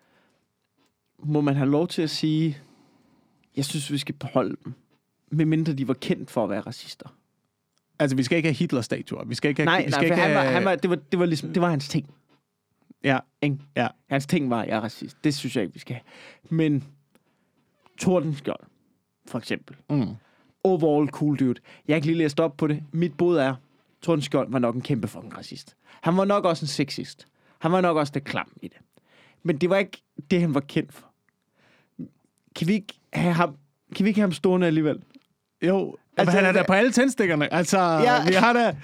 Må man have lov til at sige, jeg synes, vi skal beholde dem, medmindre de var kendt for at være racister. Altså, vi skal ikke have Hitler-statuer. Vi skal ikke have... Nej, vi nej, skal ikke han have... var, han var, det, var, det, var ligesom, det var hans ting. Ja. Ikke? Ja. Hans ting var, at jeg er racist. Det synes jeg ikke, vi skal have. Men Tordenskjold, for eksempel. Mm. Overall cool dude. Jeg kan lige læse op på det. Mit bud er, Tordenskjold var nok en kæmpe fucking racist. Han var nok også en sexist. Han var nok også det klam i det. Men det var ikke det, han var kendt for. Kan vi ikke have ham, kan vi ikke have ham stående alligevel? Jo, altså, han er der på alle tændstikkerne. Altså, ja. Vi har da...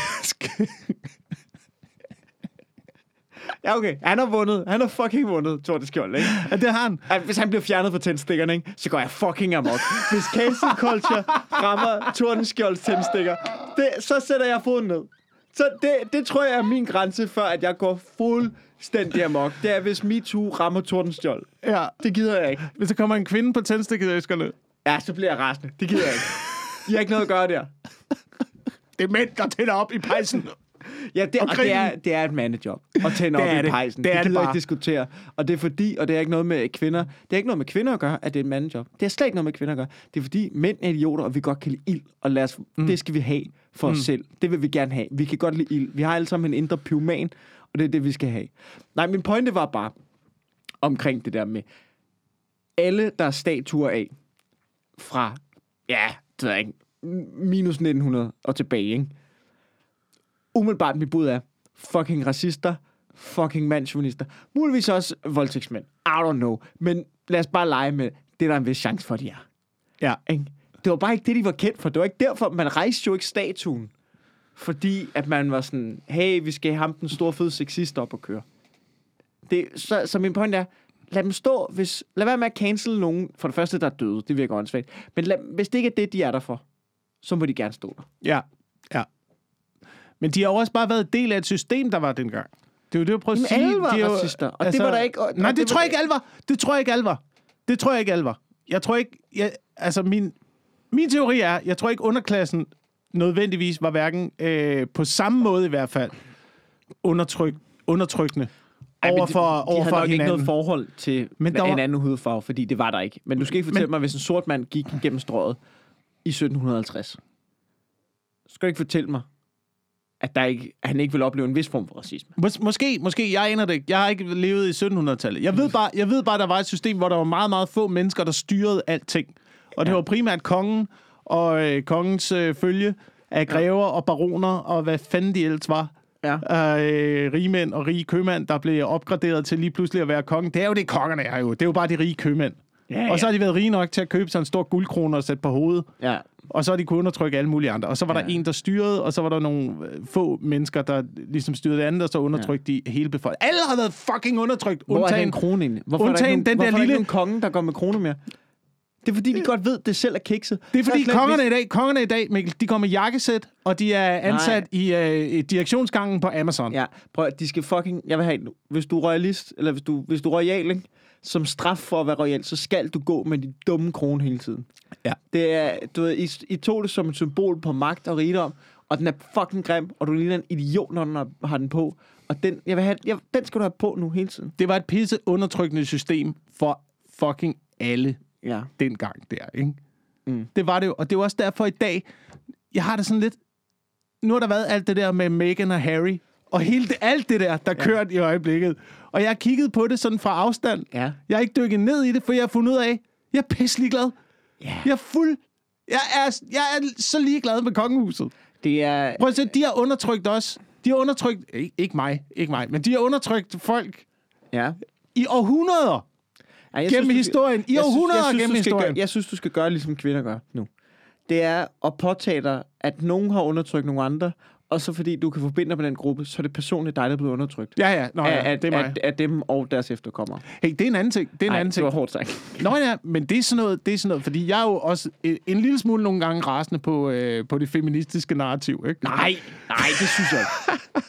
Ja, okay. Han har vundet. Han har fucking vundet, Tordenskjold, ikke? Ja, det har han. Altså, hvis han bliver fjernet fra tændstikkerne, ikke? Så går jeg fucking amok. Hvis cancel culture rammer Tordenskjolds tændstikker, det, så sætter jeg foden ned. Så det, det tror jeg er min grænse, for at jeg går fuldstændig amok. Det er, hvis MeToo rammer Tordenskjold. Ja. Det gider jeg ikke. Hvis der kommer en kvinde på tændstikkeæskerne. Ja, så bliver jeg rasende. Det gider jeg ikke. I har ikke noget at gøre der. Det er mænd, der tænder op i pejsen. Ja, det, og det, er, det er et mandejob at tænde op i pejsen. Det, det, det gider jeg ikke diskutere. Og det er fordi, og det er ikke noget med kvinder, det er ikke noget med kvinder at gøre, at det er et mandejob. Det er slet ikke noget med kvinder at gøre. Det er fordi, mænd er idioter, og vi godt kan lide ild, og lad os, mm. det skal vi have for mm. os selv. Det vil vi gerne have. Vi kan godt lide ild. Vi har alle sammen en indre pyroman, og det er det, vi skal have. Nej, min pointe var bare omkring det der med alle, der er statuer af fra, ja, det ved jeg ikke, minus nitten hundrede og tilbage, ikke? Umiddelbart mit bud er fucking racister, fucking mandsjuvenister, muligvis også voldtægtsmænd. I don't know. Men lad os bare lege med, det er der en vis chance for, de er. Ja. Ikke? Det var bare ikke det, de var kendt for. Det var ikke derfor, man rejste jo ikke statuen. Fordi at man var sådan, hey, vi skal have ham den store fede sexist op og køre. Det, så, så min point er, lad dem stå, hvis, lad være med at cancel nogen, for det første, der er døde, det virker åndssvagt. Men lad, hvis det ikke er det, de er der for, så må de gerne stå der. Ja, ja. Men de har også bare været del af et system, der var dengang. Det er jo det, jeg prøver at sige. Alle var de racister, og altså, det var der ikke... Og, nej, og det, det tror var, jeg ikke, alle var. Det tror jeg ikke, alle var. Det tror jeg ikke, alle var. Jeg tror ikke... Jeg, altså, min, min teori er, jeg tror ikke, underklassen nødvendigvis var hverken øh, på samme måde i hvert fald undertryk, undertrykkende. Ej, over for, de, de over for havde nok hinanden. ikke noget forhold til men der var, en anden hudfarve, fordi det var der ikke. Men du skal ikke fortælle men, mig, hvis en sort mand gik gennem strøget i sytten halvtreds. Så skal du ikke fortælle mig, at der ikke, at han ikke vil opleve en vis form for racisme. Mås- måske, måske, jeg aner det ikke. Jeg har ikke levet i sytten hundrede-tallet. Jeg ved bare, jeg ved bare, der var et system, hvor der var meget, meget få mennesker, der styrede alting. Og det ja. var primært kongen og øh, kongens øh, følge af grever og baroner og hvad fanden de ellers var. Ja. Øh, rigmænd og rige købmænd, der blev opgraderet til lige pludselig at være kongen. Det er jo det, kongerne er jo. Det er jo bare de rige købmænd. Ja, ja. Og så har de været rige nok til at købe sig en stor guldkrone og sætte på hovedet. Ja. Og så har de kunnet undertrykke alle mulige andre. Og så var ja. der en, der styrede, og så var der nogle få mennesker, der ligesom styrede det andet, og så undertrykte ja. de hele befolkningen. Alle har været fucking undertrykt. Hvor undtagen, er den krone egentlig? Hvorfor undtagen er der ikke den nogen, der lille nogen konge, der går med krone mere? Det er fordi, de godt ved, det selv er kikset. Det er fordi, kongerne i dag, kongerne i dag, Mikkel, de går med jakkesæt, og de er ansat i, uh, i direktionsgangen på Amazon. Ja, prøv at de skal fucking... Jeg vil have, hvis du er royalist, eller hvis du, hvis du er royal, ikke? Som straf for at være royal, så skal du gå med de dumme krone hele tiden. Ja. Det er, du ved, I, I tog det som et symbol på magt og rigdom, og den er fucking grim, og du ligner en idiot, når den har den på. Og den, jeg vil have, jeg, den skal du have på nu hele tiden. Det var et pisse undertrykkende system for fucking alle. Ja. Dengang der, ikke? Mm. Det var det jo, og det er også derfor i dag, jeg har det sådan lidt, nu har der været alt det der med Meghan og Harry, og hele det, alt det der, der ja. kørt i øjeblikket. Og jeg har kigget på det sådan fra afstand. Ja. Jeg har ikke dykket ned i det, for jeg har fundet ud af, jeg er pisselig glad. Ja. Jeg er fuld, jeg er, jeg er så ligeglad med kongehuset. Det er... Prøv at se, de har undertrykt os. De har undertrykt, ikke, ikke mig, ikke mig, men de har undertrykt folk ja. i århundreder. Ja, gennem synes, historien. I århundreder gennem historien. Gøre, jeg synes, du skal gøre, ligesom kvinder gør nu. Det er at påtage dig, at nogen har undertrykt nogle andre, og så fordi du kan forbinde dig med den gruppe, så er det personligt dig, der er blevet undertrykt. Ja, ja. Nå, ja af, det er mig. Af, af dem og deres efterkommere. Hey, det er en anden ting. Det er en Ej, anden ting. det var hårdt sagt. Nå ja, men det er sådan noget, det er sådan noget, fordi jeg er jo også en lille smule nogle gange rasende på, øh, på det feministiske narrativ, ikke? Nej, nej, det synes jeg ikke.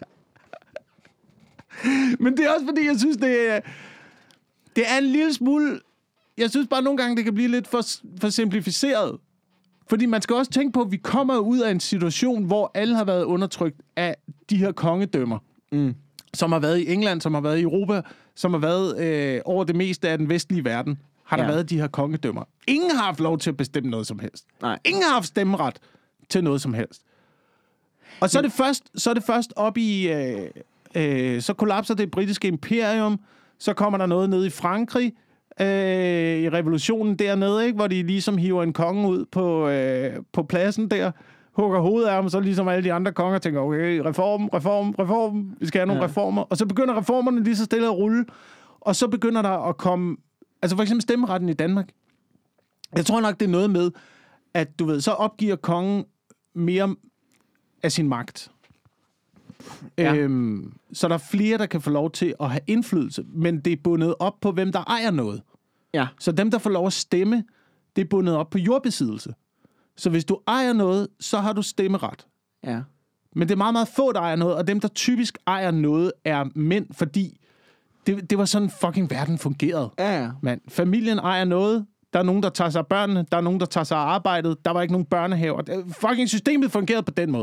Men det er også fordi, jeg synes, det er... Det er en lille smule... Jeg synes bare nogle gange, det kan blive lidt for, for simplificeret. Fordi man skal også tænke på, at vi kommer ud af en situation, hvor alle har været undertrykt af de her kongedømmer. Mm. Som har været i England, som har været i Europa, som har været øh, over det meste af den vestlige verden, har der ja. været de her kongedømmer. Ingen har haft lov til at bestemme noget som helst. Nej. Ingen har haft stemmeret til noget som helst. Og så er det først, så er det først op i... Øh, øh, så kollapser det britiske imperium. Så kommer der noget ned i Frankrig, øh, i revolutionen dernede, ikke? Hvor de ligesom hiver en konge ud på, øh, på pladsen der, hugger hovedet af ham, så ligesom alle de andre konger tænker, okay, reform, reform, reform, vi skal have nogle ja. reformer. Og så begynder reformerne lige så stille at rulle, og så begynder der at komme, altså for eksempel stemmeretten i Danmark. Jeg tror nok, det er noget med, at du ved, så opgiver kongen mere af sin magt. Ja. Øhm, så der er flere, der kan få lov til at have indflydelse, men det er bundet op på, hvem der ejer noget. Ja. Så dem, der får lov at stemme, det er bundet op på jordbesiddelse. Så hvis du ejer noget, så har du stemmeret. Ja. Men det er meget, meget få, der ejer noget, og dem, der typisk ejer noget, er mænd, fordi det, det var sådan fucking verden fungerede. Ja, ja. Man, familien ejer noget, der er nogen, der tager sig af børnene, der er nogen, der tager sig af arbejdet, der var ikke nogen børnehaver. Fucking systemet fungerede på den måde.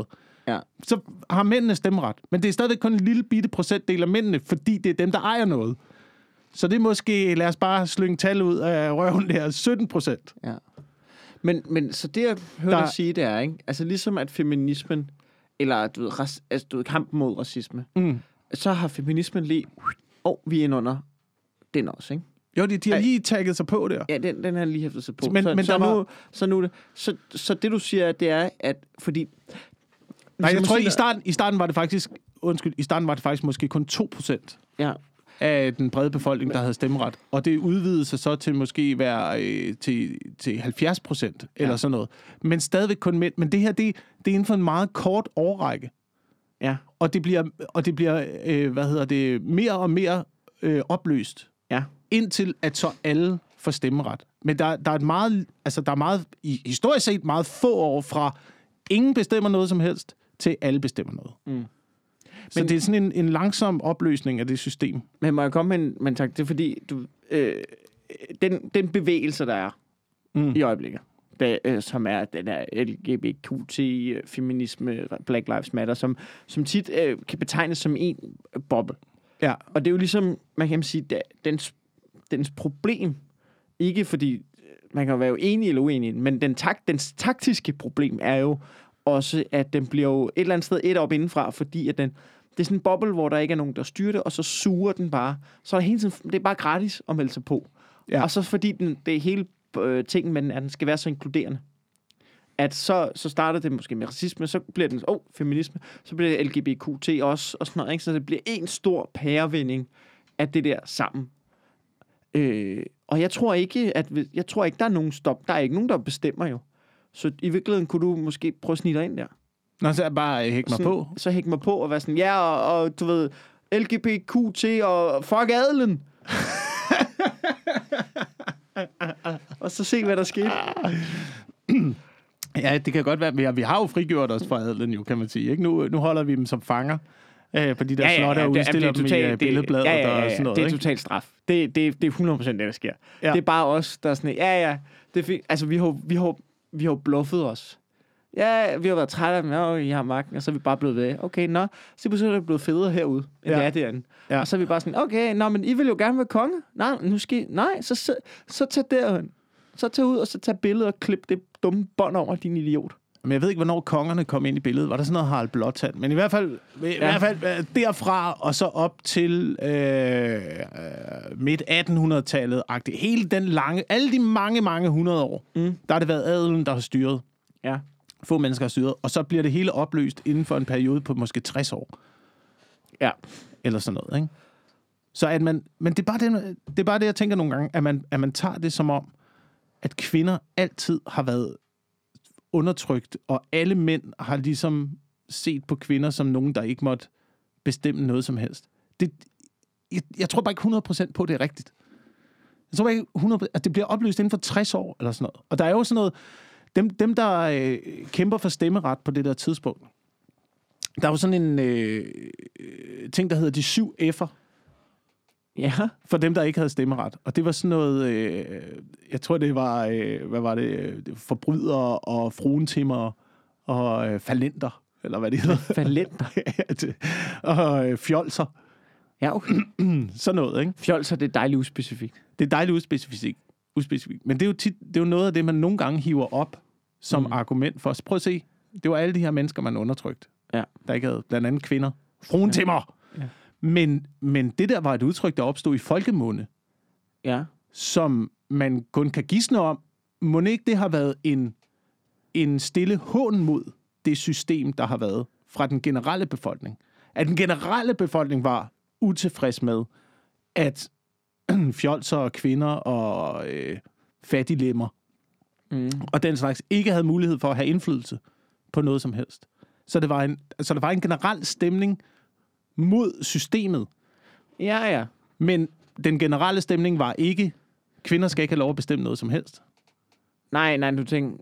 Ja. Så har mændene stemmeret. Men det er stadigvæk kun en lille bitte procentdel af mændene, fordi det er dem, der ejer noget. Så det er måske, lad os bare slynge tal ud af røven der, sytten procent. Ja. Men, men så det, jeg hører der... dig sige, det er, ikke? Altså ligesom at feminismen, eller du ved, ras, altså, du ved, kampen mod racisme, mm. så har feminismen lige, og vi er ind under den også, ikke? Jo, de, de har lige tagget sig på der. Ja, den, den har lige hæftet sig på. Men, så, men så, der nu, var... så, nu, så, så det, du siger, det er, at fordi... Nej, jeg tror, i starten, i starten var det faktisk, undskyld, i starten var det faktisk måske kun to procent. Ja. Af den brede befolkning, der havde stemmeret. Og det udvidede sig så til måske være øh, til, til halvfjerds procent, eller ja. sådan noget. Men stadigvæk kun mænd. Men det her, det, det er inden for en meget kort årrække. Ja. Og det bliver, og det bliver øh, hvad hedder det, mere og mere øh, opløst. Ja. Indtil at så alle får stemmeret. Men der, der er et meget, altså der er meget, i, historisk set meget få år fra ingen bestemmer noget som helst, til alle bestemmer noget. Mm. Så men, det er sådan en, en langsom opløsning af det system. Men må jeg komme med en, men tak, det er fordi, du, øh, den, den bevægelse, der er mm. i øjeblikket, der, øh, som er den der L G B T Q-feminisme, Black Lives Matter, som, som tit øh, kan betegnes som en boble. Ja. Og det er jo ligesom, man kan sige, der, dens, dens problem, ikke fordi, man kan jo være enig eller uenig, men den tak, dens taktiske problem er jo også, at den bliver jo et eller andet sted et op indenfra, fordi at den, det er sådan en boble, hvor der ikke er nogen, der styrer det, og så suger den bare. Så er det hele tiden, det er bare gratis at melde sig på. Ja. Og så fordi den, det er hele øh, tingen med den, at den skal være så inkluderende. At så, så starter det måske med racisme, så bliver den, åh, oh, feminisme, så bliver det L G B T Q også, og sådan noget, ikke? Så det bliver en stor pærevinding af det der sammen. Øh, og jeg tror ikke, at jeg tror ikke, der er nogen stop. Der er ikke nogen, der bestemmer jo. Så i virkeligheden kunne du måske prøve at snige dig ind der. Nå, så er bare hæk mig sådan, på. Så hæk mig på og være sådan, ja, og, og du ved, L G B T Q og fuck adelen. Og så se, hvad der sker. Ja, det kan godt være, men vi har jo frigjort os fra adelen, jo, kan man sige. Ikke? Nu, nu holder vi dem som fanger øh, på de der ja, ja, slotte og udstiller dem i uh, billedbladet ja, ja, ja, ja, og sådan noget. Det er ikke? totalt straf. Det, det, det er hundrede procent det, der sker. Ja. Det er bare os, der er sådan, ja, ja, det er fint. Altså, vi har, vi har, vi har bluffet os. Ja, vi har været trætte af dem, ja, I har magten, og så er vi bare blevet ved. Okay, nå, så er det blevet federe herude, end ja. det er derinde. Ja. Og så er vi bare sådan, okay, nå, men I vil jo gerne være konge. Nej, nu skal I, nej, så, så, så tag derhen. Så tag ud, og så tag billeder og klip det dumme bånd over, din idiot. Men jeg ved ikke, hvornår kongerne kom ind i billedet. Var der sådan noget Harald Blåtand? Men i hvert fald, i ja. hvert fald derfra og så op til øh, midt attenhundredetallet-agtigt. Hele den lange, alle de mange, mange hundrede år, mm. der har det været adelen, der har styret. Ja. Få mennesker har styret. Og så bliver det hele opløst inden for en periode på måske tres år. Ja. Eller sådan noget, ikke? Så at man, men det er, bare det, det er bare det, jeg tænker nogle gange, at man, at man tager det som om, at kvinder altid har været undertrykt, og alle mænd har ligesom set på kvinder som nogen, der ikke måtte bestemme noget som helst. Det, jeg, jeg tror bare ikke hundrede procent på, det er rigtigt. Jeg tror bare ikke hundrede procent, at det bliver opløst inden for tres år, eller sådan noget. Og der er jo sådan noget, dem, dem der øh, kæmper for stemmeret på det der tidspunkt, der er jo sådan en øh, ting, der hedder de syv F'er. Ja. For dem, der ikke havde stemmeret. Og det var sådan noget, øh, jeg tror, det var, øh, hvad var det, forbrydere og fruentimmer og øh, falenter, eller hvad det hedder. Falenter? og øh, fjolser. Ja, okay. Sådan noget, ikke? Fjolser, det er dejligt uspecifikt. Det er dejligt uspecifikt. uspecifikt. Men det er, jo tit, det er jo noget af det, man nogle gange hiver op som mm. argument for os. Prøv at se, det var alle de her mennesker, man undertrykt. Ja. Der ikke havde, blandt andet kvinder. Fruentimmer! Ja. Ja. Men, men det der var et udtryk, der opstod i folkemunde, ja. som man kun kan gisne om. Må ikke det har været en, en stille hån mod det system, der har været fra den generelle befolkning? At den generelle befolkning var utilfreds med, at fjolser og kvinder og øh, fattiglemmer mm. og den slags ikke havde mulighed for at have indflydelse på noget som helst. Så det var en, altså det var en generel stemning mod systemet. Ja, ja. Men den generelle stemning var ikke, kvinder skal ikke have lov at bestemme noget som helst. Nej, nej, du tænker...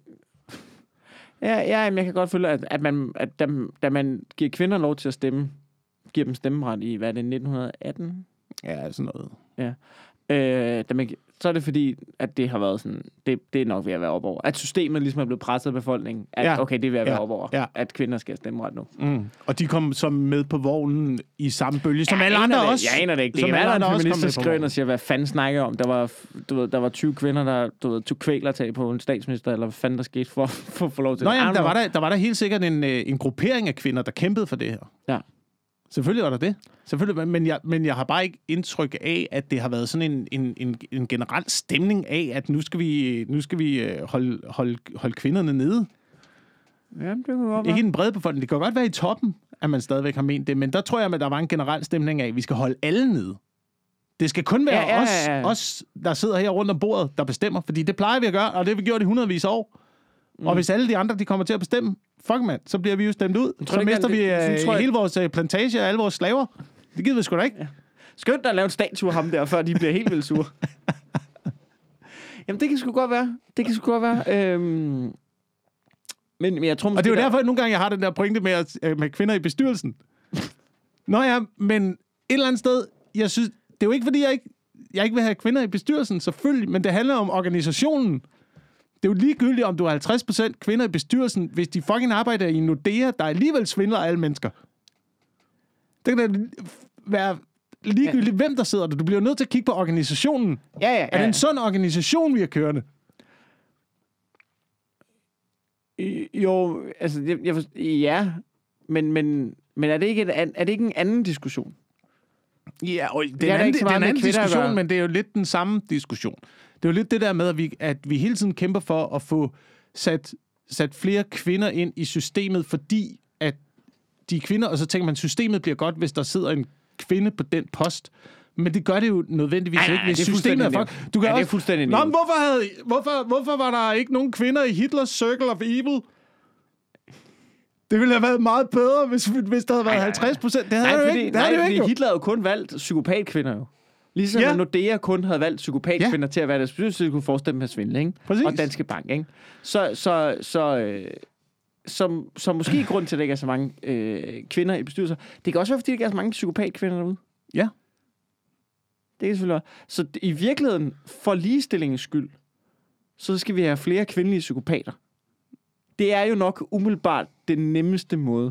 Ja, ja, jeg kan godt føle, at, at, man, at da, da man giver kvinder lov til at stemme, giver dem stemmeret i, hvad er det, nitten atten? Ja, sådan noget. Ja. Øh, man, så er det fordi, at det har været sådan, det, det er nok ved at være op over. At systemet ligesom er blevet presset af befolkningen. At ja. okay, det er ved at være ja. op over. Ja. At kvinder skal stemme ret nu. Mm. Og de kom som med på vognen i samme bølge, som jeg alle andre det. også. Jeg aner det ikke. Det kan være, at en feminist, der skriver og siger, hvad fanden snakker om. Der var, du ved, der var tyve kvinder, der du ved, tog kvælertag på en statsminister, eller hvad fanden der skete for, for at få lov til Nå, det. Jamen, der, var der, der var der helt sikkert en, en gruppering af kvinder, der kæmpede for det her. Ja. Selvfølgelig var der det. Selvfølgelig, men, jeg, men jeg har bare ikke indtryk af, at det har været sådan en, en, en, en generel stemning af, at nu skal vi, nu skal vi holde, holde, holde kvinderne nede. Ja, det kan godt være. Ikke i den brede befolkning. Det kan godt være i toppen, at man stadigvæk har ment det, men der tror jeg, at der var en generel stemning af, at vi skal holde alle nede. Det skal kun være ja, ja, ja, ja. Os, os, der sidder her rundt om bordet, der bestemmer, fordi det plejer vi at gøre, og det har vi gjort i hundredvis af år. Mm. Og hvis alle de andre, de kommer til at bestemme, fuck mand, så bliver vi jo stemt ud. Så mister vi det, uh, hele vores uh, plantage og alle vores slaver. Det gider vi sgu da ikke. Ja. Skønt at lave en statue af ham der, før de bliver helt vildt sure. Jamen, det kan sgu godt være. Det kan sgu godt være. Øhm... Men, men jeg tror måske... Og det er jo derfor, at nogle gange jeg har den der pointe med, at, uh, med kvinder i bestyrelsen. Nå ja, men et eller andet sted, jeg synes... Det er jo ikke, fordi jeg ikke, jeg ikke vil have kvinder i bestyrelsen, selvfølgelig, men det handler om organisationen. Det er jo ligegyldigt, om du har halvtreds procent kvinder i bestyrelsen, hvis de fucking arbejder i Nordea, der alligevel svindler alle mennesker. Det kan da være ligegyldigt, ja. hvem der sidder der. Du bliver nødt til at kigge på organisationen. Ja, ja, ja. Er det en sund organisation, vi er kørende? Jo, altså, jeg, jeg forstår, ja, men, men, men er, det ikke et, er det ikke en anden diskussion? Ja, og det er en anden, det er en anden diskussion, men det er jo lidt den samme diskussion. Det er jo lidt det der med, at vi, at vi hele tiden kæmper for at få sat, sat flere kvinder ind i systemet, fordi at de kvinder, og så tænker man, at systemet bliver godt, hvis der sidder en kvinde på den post. Men det gør det jo nødvendigvis ej, ikke, hvis det er systemet er fuck. Du kan ja, også... det er fuldstændig Nå, men hvorfor, havde, hvorfor, hvorfor var der ikke nogen kvinder i Hitlers Circle of Evil? Det ville have været meget bedre, hvis, hvis der havde været halvtreds procent. Det havde nej, jo fordi, ikke. Det nej, havde fordi jo ikke. Hitler havde jo kun valgt psykopatkvinder jo. Ligesom ja. at Nordea kun havde valgt psykopatkvinder ja. til at være deres bestyrelse, så de kunne forestille dem at svindle, ikke? Præcis. Og Danske Bank, ikke? Så, så, så, øh, som, så måske grund til, at der ikke er så mange øh, kvinder i bestyrelser. Det kan også være, fordi der ikke er så mange psykopatkvinder derude. Ja. Det kan selvfølgelig være. Så i virkeligheden, for ligestillingens skyld, så skal vi have flere kvindelige psykopater. Det er jo nok umiddelbart den nemmeste måde.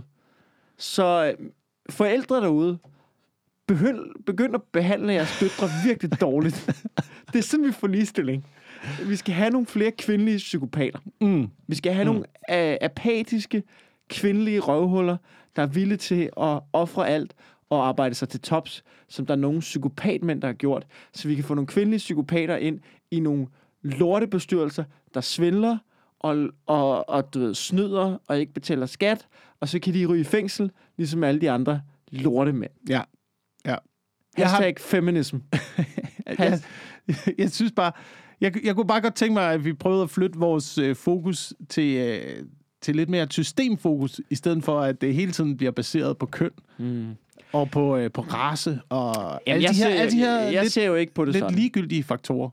Så øh, forældre derude, Begynd, begynd at behandle jeres døtre virkelig dårligt. Det er sådan, vi får ligestilling. Vi skal have nogle flere kvindelige psykopater. Mm. Vi skal have mm. nogle a- apatiske, kvindelige røvhuller, der er villige til at ofre alt og arbejde sig til tops, som der er nogle psykopatmænd, der har gjort. Så vi kan få nogle kvindelige psykopater ind i nogle lortebestyrelser, der svindler og, og, og du ved, snyder og ikke betaler skat, og så kan de ryge i fængsel, ligesom alle de andre lortemænd. Ja. Ja. Hashtag har... feminism. jeg, jeg synes bare, jeg, jeg kunne bare godt tænke mig, at vi prøvede at flytte vores øh, fokus til, øh, til lidt mere et systemfokus, i stedet for, at det hele tiden bliver baseret på køn. Mm. Og på, øh, på race og Jamen, alle, de her, ser, alle de her jeg, jeg lidt, ser jo ikke på det lidt sådan. ligegyldige faktorer.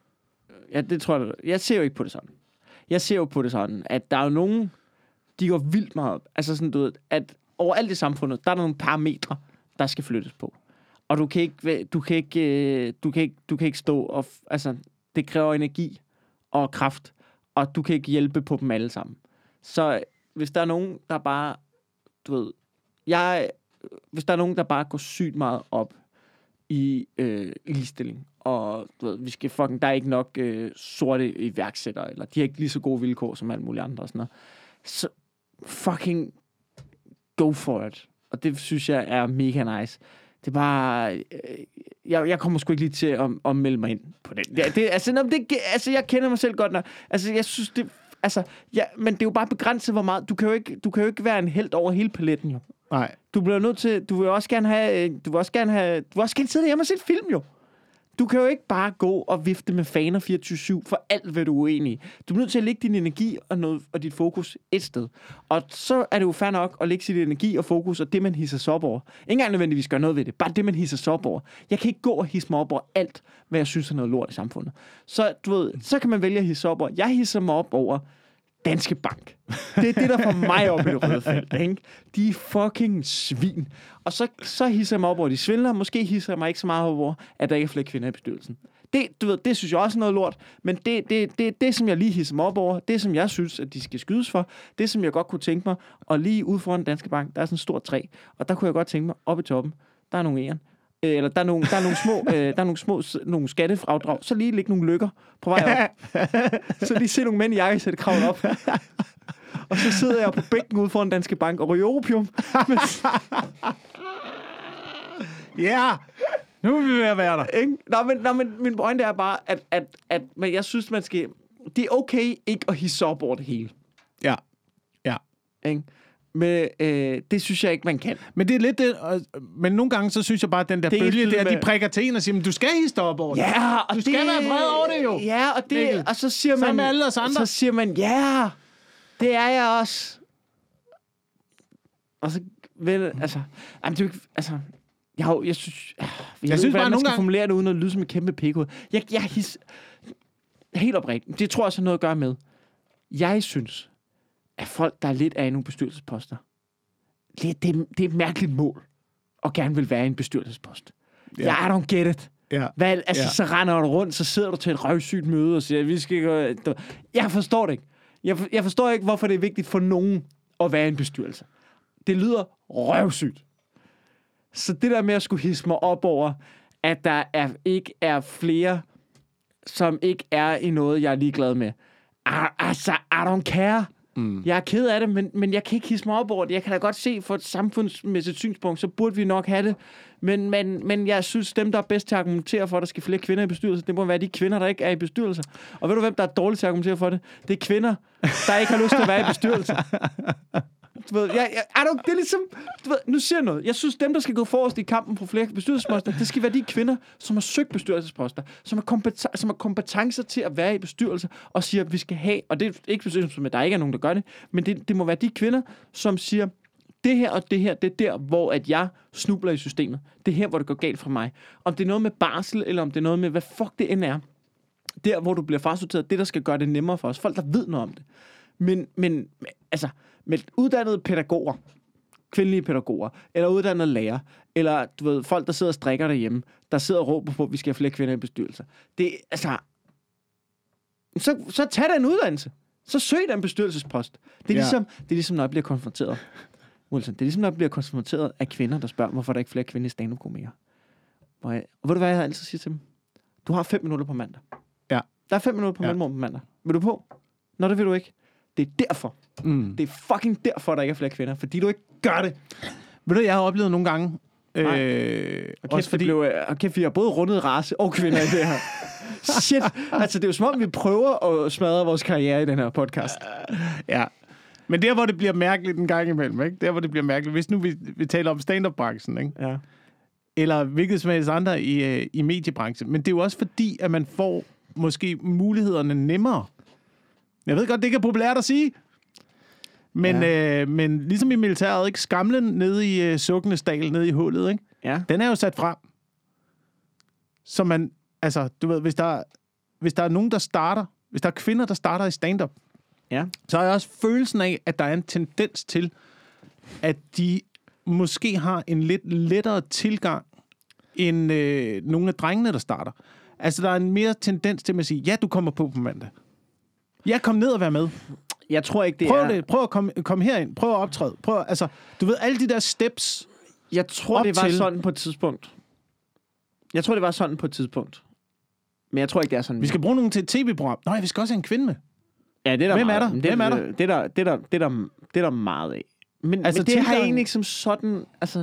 Ja, det tror jeg. Jeg ser jo ikke på det sådan. Jeg ser jo på det sådan, at der er jo nogen, de går vildt meget op. Altså sådan, du ved, at overalt i samfundet, der er nogle parametre, der skal flyttes på. Og du kan ikke, du kan ikke, du kan ikke, du kan ikke stå og, altså, det kræver energi og kraft, og du kan ikke hjælpe på dem alle sammen. Så hvis der er nogen, der bare, du ved, jeg, hvis der er nogen, der bare går sygt meget op i øh, ligestilling, og du ved, vi skal fucking, der er ikke nok øh, sorte iværksættere, eller de har ikke lige så gode vilkår som alle mulige andre og sådan noget, så fucking go for it. Og det synes jeg er mega nice. Det er bare... Øh, jeg, jeg kommer sgu ikke lige til at, at melde mig ind på det. Det, det, altså, når det, altså, jeg kender mig selv godt nok. Altså, jeg synes, det... Altså, ja, men det er jo bare begrænset, hvor meget... Du kan jo ikke, du kan jo ikke være en helt over hele paletten, jo. Nej. Du bliver nødt til... Du vil også gerne have... Du vil også gerne have... Du vil også gerne sidde hjemme og se et film, jo. Du kan jo ikke bare gå og vifte med faner fireogtyve syv for alt, hvad du er uenig i. Du er nødt til at lægge din energi og, noget, og dit fokus et sted. Og så er det jo fair nok at lægge sin energi og fokus og det, man hisser sig op over. Ikke engang nødvendigvis gøre noget ved det. Bare det, man hisser sig op over. Jeg kan ikke gå og hisse mig op over alt, hvad jeg synes er noget lort i samfundet. Så, du ved, så kan man vælge at hisse op over. Jeg hisser mig op over Danske Bank. Det er det, der får mig op i det røde felt, ikke? De er fucking svin. Og så, så hisser jeg mig op over de svindler. Måske hisser jeg mig ikke så meget over, at der ikke er flere kvinder i bestyrelsen. Det, du ved, det synes jeg også er noget lort. Men det, det, det, det, som jeg lige hisser mig op over, det, som jeg synes, at de skal skydes for, det, som jeg godt kunne tænke mig, og lige ude foran Danske Bank, der er sådan en stor træ, og der kunne jeg godt tænke mig, oppe i toppen, der er nogle æren. Eller der er nogle, der er nogle små, øh, der er nogle små nogle skattefradrag. Så lige lægge nogle lykker på vej op. Så lige se nogle mænd i jakkesæt kravle op. Og så sidder jeg på bænken ude foran Danske Bank og ryger opium. Ja, yeah. Nu er vi ved at være der. Ikke? Nå, men, nå, men min pointe er bare, at, at, at men jeg synes, man skal... Det er okay ikke at hisse op over det hele. Ja, ja. Ikke? Men øh, det synes jeg ikke, man kan. Men det er lidt det... Øh, men nogle gange, så synes jeg bare, at den der det bølge der, med... de prikker til en og siger, men du skal hisse op over det. Ja, og du skal det... være vred over det jo. Ja, og, det... og så siger man... Sammen med alle os andre. Så siger man, ja, det er jeg også. Og så... Vel, altså... Jamen, det er jo ikke... Altså... Jeg, har, jeg synes... Jeg, jeg synes bare, man skal gange... formulere det uden at lyde som et kæmpe pikhoved. Jeg, jeg his... Helt oprigtigt. Det tror jeg så noget at gøre med. Jeg synes, at folk, der er lidt af i nogle bestyrelsesposter, det, det, det er et mærkeligt mål, og gerne vil være i en bestyrelsespost. Ja, yeah. I don't get it. Yeah. Hvad, altså, yeah. så render du rundt, så sidder du til et røvsygt møde og siger, vi skal gå... Jeg forstår det ikke. Jeg, for, jeg forstår ikke, hvorfor det er vigtigt for nogen at være i en bestyrelse. Det lyder røvsygt. Så det der med at skulle hisse mig op over, at der er, ikke er flere, som ikke er i noget, jeg er ligeglad med. Altså, I don't care. Mm. Jeg er ked af det, men, men jeg kan ikke hisse mig op over det. Jeg kan da godt se, for et samfundsmæssigt synspunkt, så burde vi nok have det. Men, men, men jeg synes, dem, der er bedst til at argumentere for, at der skal flere kvinder i bestyrelser, det må være de kvinder, der ikke er i bestyrelser. Og ved du, hvem der er dårligt til at argumentere for det? Det er kvinder, der ikke har lyst til at være i bestyrelser. Du ved, jeg, jeg, er du, det er ligesom, du ved, nu siger jeg noget. Jeg synes, dem, der skal gå forrest i kampen på flere bestyrelsesposter, det skal være de kvinder, som har søgt bestyrelsesposter, som har, kompeten- som har kompetencer til at være i bestyrelser, og siger, at vi skal have, og det er ikke bestyrelsen, at der ikke er nogen, der gør det, men det, det må være de kvinder, som siger, det her og det her, det er der, hvor at jeg snubler i systemet. Det er her, hvor det går galt for mig. Om det er noget med barsel, eller om det er noget med, hvad fuck det end er. Der, hvor du bliver frasorteret, det, der skal gøre det nemmere for os. Folk, der ved noget om det. Men, men altså... med uddannede pædagoger, kvindelige pædagoger, eller uddannede lærer, eller du ved, folk, der sidder og strikker derhjemme, der sidder og råber på, at vi skal have flere kvinder i bestyrelser. Det altså... Så, så tag da en uddannelse. Så søg da en bestyrelsespost. Det er, ja. ligesom, det er ligesom, når jeg bliver konfronteret. Wilson, det er ligesom, når jeg bliver konfronteret af kvinder, der spørger, hvorfor der ikke er flere kvindelige stand-up-komikere. Og ved du, hvad jeg altid siger til dem? Du har fem minutter på mandag. Ja. Der er fem minutter på ja. mellemrum på mandag. Vil du på? Nå, det vil du ikke. Det er derfor. Mm. Det er fucking derfor, der ikke er flere kvinder. Fordi du ikke gør det. Ved du, jeg har oplevet nogle gange... Øh, og kæft, fordi... blev, og kæft, vi har både rundet race og kvinder i det her. Shit. Altså, det er jo som om, vi prøver at smadre vores karriere i den her podcast. Ja. Men der, hvor det bliver mærkeligt en gang imellem, ikke? Der, hvor det bliver mærkeligt. Hvis nu vi, vi taler om stand-up-branchen, ikke? Ja. Eller hvilket som helst andre i, i mediebranchen. Men det er jo også fordi, at man får måske mulighederne nemmere. Jeg ved godt, det ikke er populært at sige. Men, ja. øh, men ligesom i militæret, ikke? Skamlen nede i øh, Sukkenesdal, nede i hullet, ikke? Ja. Den er jo sat frem. Så man, altså, du ved, hvis der, hvis der er nogen, der starter, hvis der er kvinder, der starter i stand-up, ja. så har jeg også følelsen af, at der er en tendens til, at de måske har en lidt lettere tilgang, end øh, nogle af drengene, der starter. Altså, der er en mere tendens til at sige, ja, du kommer på på mandag. Ja, kom ned og vær med. Jeg tror ikke, det prøv er... det. Prøv at komme, komme herind. Prøv at optræde. Prøv, altså, du ved, alle de der steps... Jeg tror, det var til... sådan på et tidspunkt. Jeg tror, det var sådan på et tidspunkt. Men jeg tror ikke, det er sådan. Vi skal bruge nogen til et tv-program. Nej, vi skal også have en kvinde med. Ja, det er der Hvem meget. er der? Det, Hvem er der? Det er der, det er der, det er der, det er der meget af. Men, altså, men det tilgang... har egentlig ikke som sådan... Altså,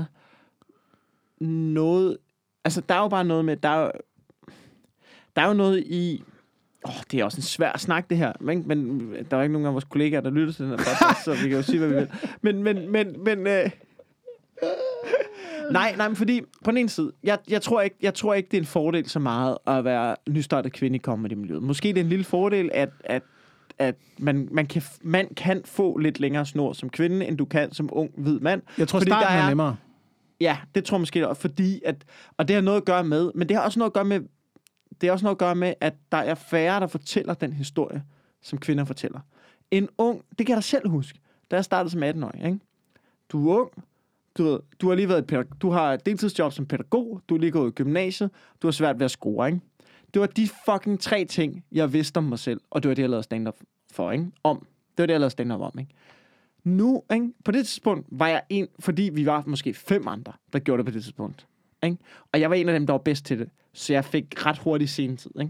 noget... Altså, der er jo bare noget med... Der er jo, der er jo noget i... Åh, oh, det er også en svær snak, det her. Men, men der er ikke nogen af vores kollegaer, der lytter til den her podcast, så vi kan jo sige, hvad vi vil. Men, men, men, men... Øh... Nej, nej, men fordi... På den ene side, jeg, jeg, tror ikke, jeg tror ikke, det er en fordel så meget at være nystartet kvinde i comedy-miljøet. Måske det er en lille fordel, at, at, at man, man, kan, man kan få lidt længere snor som kvinde, end du kan som ung, hvid mand. Jeg tror, starten er, er nemmere. Ja, det tror jeg måske også, fordi at... Og det har noget at gøre med... Men det har også noget at gøre med... Det er også noget at gøre med, at der er færre, der fortæller den historie, som kvinder fortæller. En ung, det kan jeg da selv huske, da jeg startede som atten-årig, ikke? Du er ung, du, ved, du har lige været pædagog, du har et deltidsjob som pædagog, du er lige gået i gymnasiet, du har svært ved at score, ikke? Det var de fucking tre ting, jeg vidste om mig selv, og det var det, jeg lavede stand-up for, ikke? Om. Det var det, jeg lavede stand-up om, ikke? Nu, ikke? På det tidspunkt var jeg en, fordi vi var måske fem andre, der gjorde det på det tidspunkt, ikke? Og jeg var en af dem, der var bedst til det, så jeg fik ret hurtigt senetid, ikke?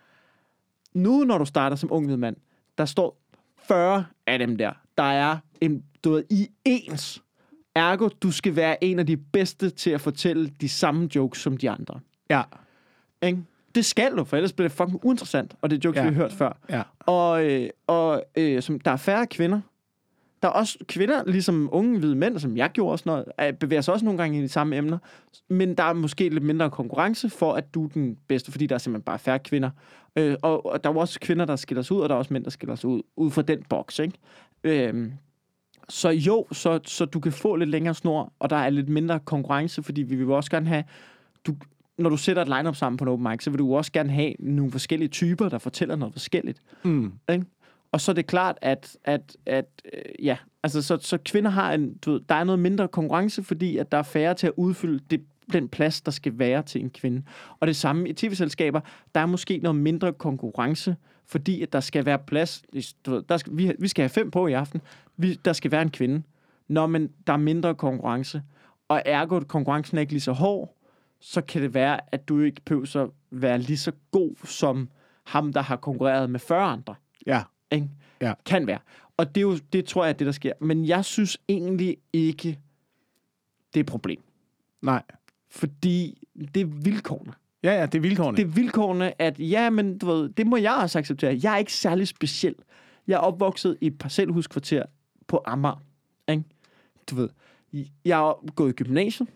Nu, når du starter som ung hvid mand, der står fyrre af dem der, der er en, du ved, i ens. Ergo, du skal være en af de bedste til at fortælle de samme jokes som de andre. Ja. Ikke? Det skal du, for ellers bliver det fucking uinteressant, og det er jokes, ja. vi har hørt før. Ja. Og, øh, og øh, som, der er færre kvinder. Der er også kvinder, ligesom unge hvide mænd, som jeg gjorde også noget, bevæger sig også nogle gange i de samme emner, men der er måske lidt mindre konkurrence for, at du er den bedste, fordi der er simpelthen bare færre kvinder. Øh, og, og der er også kvinder, der skiller sig ud, og der er også mænd, der skiller sig ud, ud fra den boks, ikke? Øh, så jo, så, så du kan få lidt længere snor, og der er lidt mindre konkurrence, fordi vi vil også gerne have, du, når du sætter et line-up sammen på en open mic, så vil du også gerne have nogle forskellige typer, der fortæller noget forskelligt. Mm. Ikke? Og så er det klart, at, at, at øh, ja, altså så, så kvinder har en, du ved, der er noget mindre konkurrence, fordi at der er færre til at udfylde det, den plads, der skal være til en kvinde. Og det samme i tv-selskaber, der er måske noget mindre konkurrence, fordi at der skal være plads, du ved, der skal, vi, vi skal have fem på i aften, vi, der skal være en kvinde. Nå, men der er mindre konkurrence, og ergo konkurrencen er ikke lige så hård, så kan det være, at du ikke behøver at være lige så god som ham, der har konkurreret med fyrre andre. Ja. Ikke? Ja. Kan være. Og det, er jo, det tror jeg er det, der sker. Men jeg synes egentlig ikke, det er et problem. Nej. Fordi det er vilkårene. Ja, ja, det er vilkårene. Det er vilkårene, at ja, men du ved, det må jeg også acceptere. Jeg er ikke særlig speciel. Jeg er opvokset i et parcelhuskvarter på Amager. Ikke? Du ved, jeg er gået i gymnasiet,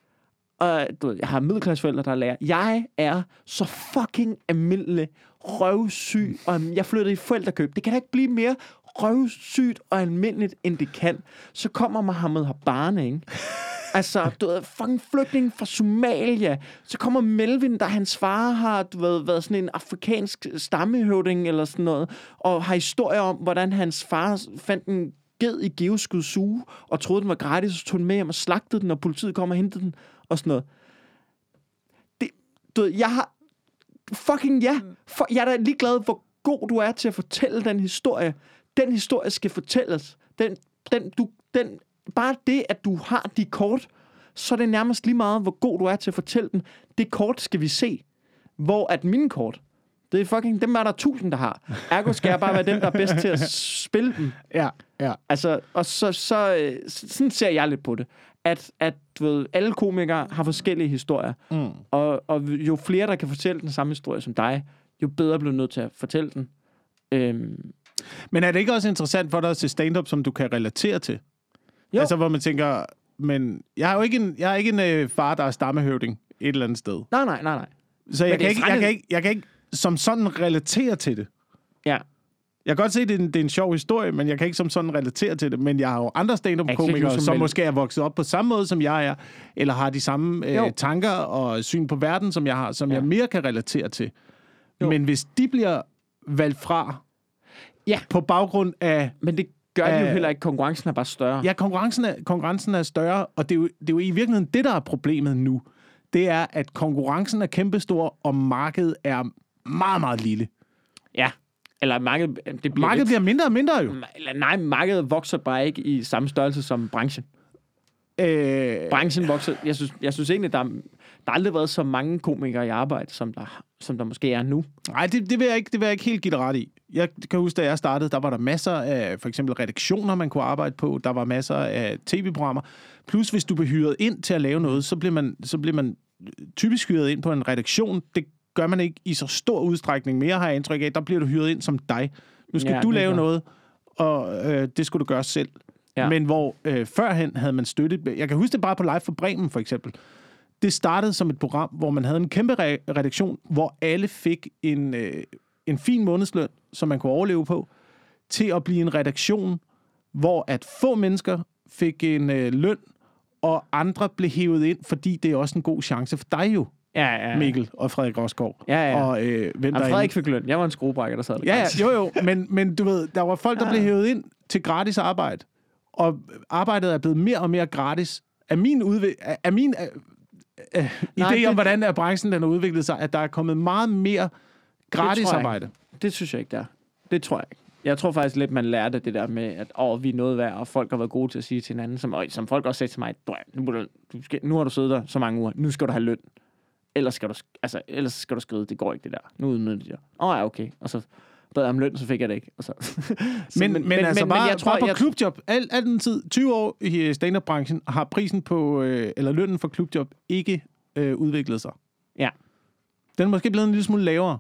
og du ved, jeg har middelklasseforældre, der er lærer. Jeg er så fucking almindelig røvsyg, og jeg flyttede i forældrekøb. Det kan da ikke blive mere røvsygt og almindeligt, end det kan. Så kommer Mohammed Habane, ikke? Altså, du ved, fucking flygtning fra Somalia. Så kommer Melvin, der hans far har, du ved, været sådan en afrikansk stammehøvding eller sådan noget, og har historier om, hvordan hans far fandt en ged i Geoskud Zoo, og troede, den var gratis, og tog den med hjem og slagtede den, og politiet kom og hentede den, og sådan noget. Det, du ved, jeg har... Fucking ja. For, jeg er da ligeglad, hvor god du er til at fortælle den historie. Den historie skal fortælles. Den, den, du, den, bare det, at du har de kort, så er det nærmest lige meget, hvor god du er til at fortælle den. Det kort skal vi se. Hvor at mine kort, det er fucking, dem er der tusind, der har. Ergo skal jeg bare være dem, der er bedst til at spille dem. Ja, ja. Altså, og så, så, sådan ser jeg lidt på det. At, at du ved, alle komikere har forskellige historier. Mm. Og, og jo flere, der kan fortælle den samme historie som dig, jo bedre bliver du nødt til at fortælle den. Øhm. Men er det ikke også interessant for dig at se stand-up, som du kan relatere til? Jo. Altså, hvor man tænker, men jeg har jo ikke en, jeg har ikke en øh, far, der er stammehøvding et eller andet sted. Nej, nej, nej, nej. Så jeg kan, ikke, jeg, kan ikke, jeg kan ikke som sådan relatere til det. Ja. Jeg kan godt se, at det er, en, det er en sjov historie, men jeg kan ikke som sådan relatere til det. Men jeg har jo andre stand-up-komikere, som, som måske er vokset op på samme måde, som jeg er, eller har de samme øh, tanker og syn på verden, som jeg har, som ja. jeg mere kan relatere til. Jo. Men hvis de bliver valgt fra ja. på baggrund af... Men det gør de jo heller ikke. Konkurrencen er bare større. Ja, konkurrencen er, konkurrencen er større, og det er, jo, det er jo i virkeligheden det, der er problemet nu. Det er, at konkurrencen er kæmpestor, og markedet er meget, meget lille. Ja. Eller markedet, det bliver markedet lidt... bliver mindre og mindre jo. Eller, nej, markedet vokser bare ikke i samme størrelse som branchen. Øh... Branchen vokser... Jeg synes, jeg synes egentlig, der er, der har aldrig været så mange komikere i arbejde, som der, som der måske er nu. Nej, det, det, vil jeg ikke, det vil jeg ikke helt give dig ret i. Jeg kan huske, da jeg startede, der var der masser af for eksempel redaktioner, man kunne arbejde på. Der var masser af tv-programmer. Plus, hvis du blev hyret ind til at lave noget, så bliver man, så bliver man typisk hyret ind på en redaktion. Det gør man ikke i så stor udstrækning mere, har jeg indtryk af. Der bliver du hyret ind som dig. Nu skal ja, du lave noget, og øh, det skulle du gøre selv. Ja. Men hvor øh, førhen havde man støttet... Jeg kan huske det bare på Live for Bremen, for eksempel. Det startede som et program, hvor man havde en kæmpe re- redaktion, hvor alle fik en, øh, en fin månedsløn, som man kunne overleve på, til at blive en redaktion, hvor at få mennesker fik en øh, løn, og andre blev hævet ind, fordi det er også en god chance for dig jo. Ja, ja, ja. Mikkel og Frederik Rosgaard. Ja, ja. Og, øh, hvem Jamen, Frederik fik løn. Jeg var en skruebrækker, der sad der. Ja, ja, jo, jo. Men, men du ved, der var folk, der ja. blev hævet ind til gratis arbejde. Og arbejdet er blevet mere og mere gratis. Af min, udvik- af min øh, øh, Nej, idé det... om, hvordan er branchen den har udviklet sig, at der er kommet meget mere gratis det arbejde. Det synes jeg ikke, der er. Det tror jeg ikke. Jeg tror faktisk lidt, man lærte det der med, at åh, vi er noget værd, og folk har været gode til at sige til hinanden, som, som folk også sagde til mig, nu, du, du skal, nu har du siddet der så mange uger, nu skal du have løn. Ellers skal du, altså, ellers skal du skride, det går ikke det der. Nu udnytter jeg. Åh oh, ja, okay. Og så bad jeg om løn, så fik jeg det ikke. Og så. så, men, men, men altså men, bare, men jeg tror, bare på jeg... klubjob, al, al den tid, tyve år i stand-up-branchen, har prisen på, øh, eller lønnen for klubjob ikke øh, udviklet sig. Ja. Den er måske blevet en lille smule lavere.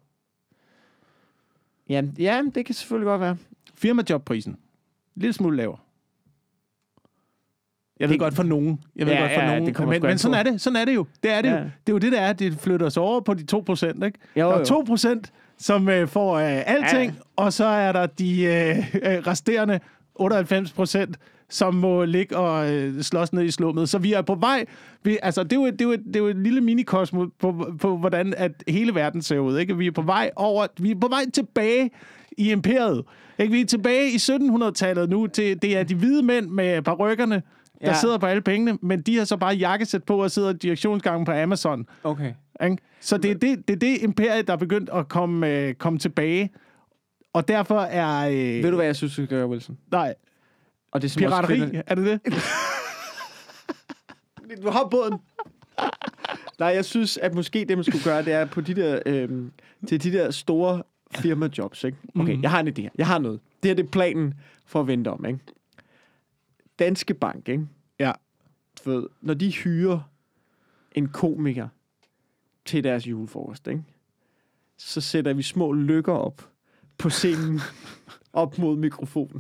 Ja, ja, det kan selvfølgelig godt være. Firmajobprisen. En lille smule lavere. Jeg ved det, godt for nogen. Jeg ved ja, godt for ja, nogen. Det men men sådan er det. Sådan er det jo. Det er det ja. jo. Det er jo det, der er. Det flytter sig over på de to procent, ikke? Jo, der er to procent, som øh, får øh, alting, ja. og så er der de øh, resterende otteoghalvfems procent, som må ligge og øh, slås ned i slummet. Så vi er på vej. Vi, altså, det er jo, det er jo, det er jo et lille minikosmos på, på, hvordan at hele verden ser ud, ikke? Vi er på vej over. Vi er på vej tilbage i imperiet. Ikke? Vi er tilbage i sytten hundrede-tallet nu. Til, det er de hvide mænd med parykkerne, der ja. sidder på alle pengene, men de har så bare jakkesæt på og sidder i direktionsgangen på Amazon. Okay. Ikke? Så det er det, det er det imperiet, der er begyndt at komme, øh, komme tilbage. Og derfor er... Øh... Ved du, hvad jeg synes, du skal gøre, Wilson? Nej. Og det er pirateri, også... er det det? Du har båden. Nej, jeg synes, at måske det, man skulle gøre, det er på de der, øh, til de der store firmajobs, ikke? Okay, mm-hmm. jeg har en idé her. Jeg har noget. Det her det er planen for at vente om, ikke? Danske Bank, ikke? Ja. Ved, når de hyrer en komiker til deres julefrokost, ikke? Så sætter vi små lykker op på scenen, op mod mikrofonen.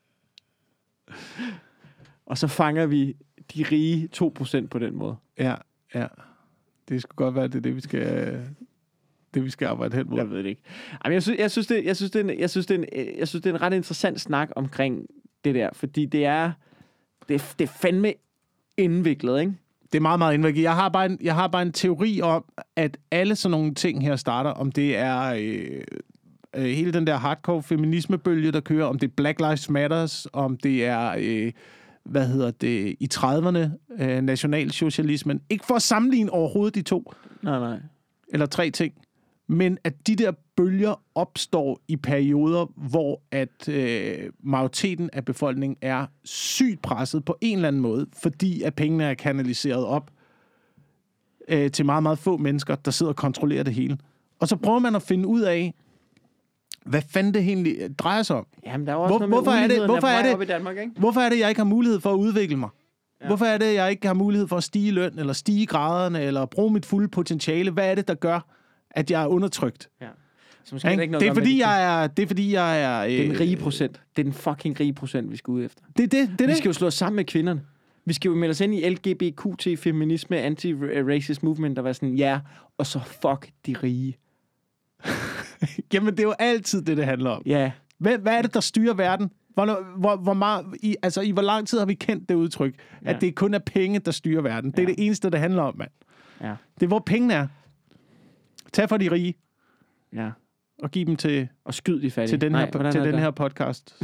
Og så fanger vi de rige to procent på den måde. Ja, ja. Det skulle godt være, det er det, vi skal, det, vi skal arbejde hen mod. Jeg ved det ikke. Jamen, jeg synes, jeg synes, det, jeg synes, det er en, jeg synes, det er en, jeg synes, det er en ret interessant snak omkring det der, fordi det er, det er, det er fandme indviklet, ikke? Det er meget, meget indviklet. Jeg har bare en, jeg har bare en teori om, at alle sådan nogle ting her starter, om det er øh, øh, hele den der hardcore feminismebølge, der kører, om det er Black Lives Matters, om det er... Øh, hvad hedder det, i trediverne, øh, nationalsocialismen. Ikke for at sammenligne overhovedet de to. Nej, nej. Eller tre ting. Men at de der bølger opstår i perioder, hvor at øh, majoriteten af befolkningen er sygt presset på en eller anden måde, fordi at pengene er kanaliseret op øh, til meget, meget få mennesker, der sidder og kontrollerer det hele. Og så prøver man at finde ud af, hvad fanden det egentlig drejer sig om? Jamen, der er også Hvor, hvorfor er det, hvorfor er det, i Danmark, ikke? hvorfor er det, jeg ikke har mulighed for at udvikle mig? Ja. Hvorfor er det, jeg ikke har mulighed for at stige løn, eller stige graderne, eller bruge mit fulde potentiale? Hvad er det, der gør, at jeg er undertrykt? Ja. Så måske er det, ikke noget det, er, fordi, jeg er, det er fordi, jeg er... Øh... Det er den rige procent. Det er den fucking rige procent, vi skal ud efter. Det, det, det, vi det. skal jo slå os sammen med kvinderne. Vi skal jo melde os ind i L G B Q T, feminisme, anti-racist movement, der var sådan, ja, og så fuck de rige. Jamen, det er jo altid det, det handler om. Ja. Hvad, hvad er det, der styrer verden? Hvor, hvor, hvor meget, i, altså, i hvor lang tid har vi kendt det udtryk, ja. At det kun er penge, der styrer verden? Det er ja. Det eneste, det handler om, mand. Ja. Det er, hvor pengene er. Tag for de rige. Ja. Og giv dem til... Og skyd de fattige. Til den, Nej, her, til den her podcast.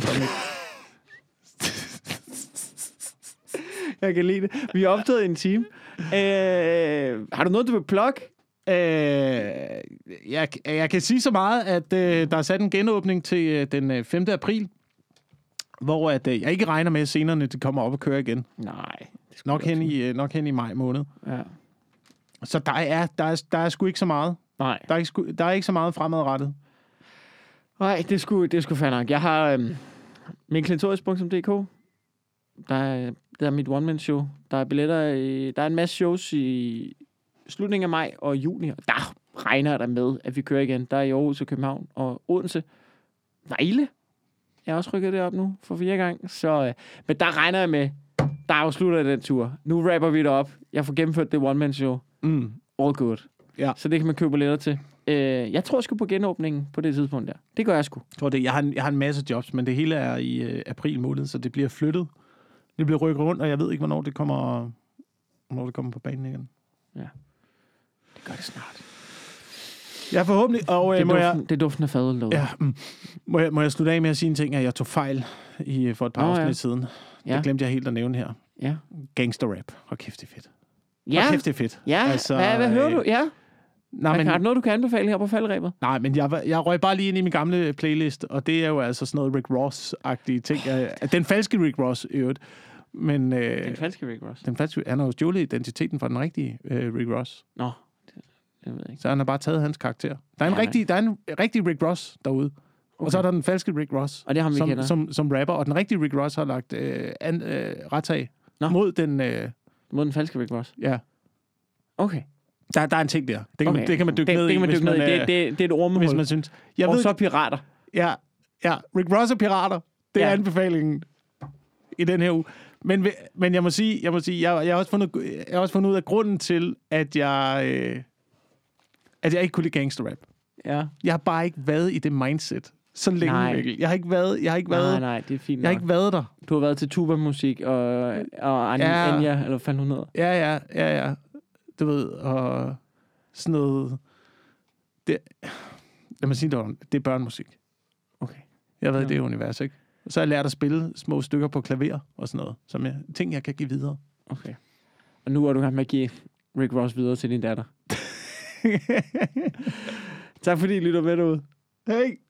Jeg kan lide det. Vi har optaget en time. Øh, har du noget, du vil plukke? Øh, jeg, jeg kan sige så meget, at øh, der er sat en genåbning til øh, den femte april, hvor at, øh, jeg ikke regner med, at scenerne de kommer op og kører igen. Nej. Nok hen, i, øh, nok hen i maj måned. Ja. Så der er, der, er, der er sgu ikke så meget. Nej. Der er ikke, sgu, der er ikke så meget fremadrettet. Nej, det er sgu, det er sgu fair nok. Jeg har øh, minklintorius punktum d k. Der er, der er mit one-man-show. Der er billetter i, der er en masse shows i slutningen af maj og juni. Og der regner der med, at vi kører igen. Der er i Aarhus og København og Odense. Vejle. Jeg har også rykket det op nu for fire gange. Så, øh, men der regner jeg med, der afslutter den tur. Nu rapper vi det op. Jeg får gennemført det one-man-show. Mm. All good. Ja. Så det kan man købe billetter til. Øh, jeg tror sgu på genåbningen på det tidspunkt der. Det gør jeg sgu. Jeg tror det. Jeg har en, jeg har en masse jobs, men det hele er i øh, april måned, så det bliver flyttet. Det bliver rykket rundt, og jeg ved ikke, hvornår det kommer, hvornår det kommer på banen igen. Ja. Det gør det snart. Ja, forhåbentlig. Og, det, er må duften, jeg, det er duften af fadøl derude. Ja, mm, må, jeg, må jeg slutte af med at sige en ting, at jeg tog fejl i, for et par oh, afsnit ja. siden. Ja. Det glemte jeg helt at nævne her. Ja. Gangster-rap. Hold kæft, det er fedt. Ja. Hold kæft, det er fedt. Ja, altså, hvad, hvad hører du? Ja. Nej, men, har du noget, du kan anbefale her på faldrebet? Nej, men jeg, jeg røg bare lige ind i min gamle playlist, og det er jo altså sådan noget Rick Ross-agtige ting. Den falske Rick Ross, i øvrigt. Men, øh, den falske Rick Ross? Den falske, han har jo stjålet identiteten fra den rigtige øh, Rick Ross. Nå, det, det ved jeg ikke. Så han har bare taget hans karakter. Der er en, ja, rigtig, der er en rigtig Rick Ross derude. Okay. Og så er der den falske Rick Ross, og det har vi som, som, som rapper. Og den rigtige Rick Ross har lagt øh, an, øh, retag mod den... Øh, mod den falske Rick Ross? Ja. Okay. Der, der er en ting der. Det kan, okay. man, det kan man dykke det, ned det i, kan man dykke ned i. Det, det, det er et ormehul. Hvis man synes. Jeg og ved, så pirater. Ja, ja, Rick Ross og pirater. Det er ja. anbefalingen i den her uge. Men, men jeg må sige, jeg må sige, jeg, jeg, har også fundet, jeg har også fundet ud af grunden til, at jeg, øh, at jeg ikke kunne lide gangsterrap. Ja. Jeg har bare ikke været i det mindset så længe. Nej. Jeg har ikke været, jeg har ikke været. Nej, nej, det er fint. Jeg har ikke været der. Du har været til tuba-musik og og Anja, ja. Anja eller hvad fanden hun hedder. Ja, ja, ja, ja. Du ved, og sådan noget. Det, lad mig sige det, det er børnemusik. Okay. Jeg har været ja. i det univers, ikke? Så har jeg lært at spille små stykker på klaver og sådan noget, som jeg, ting, jeg kan give videre. Okay. Og nu er du her med at give Rick Ross videre til din datter. Tak fordi I lytter med derude. Hej!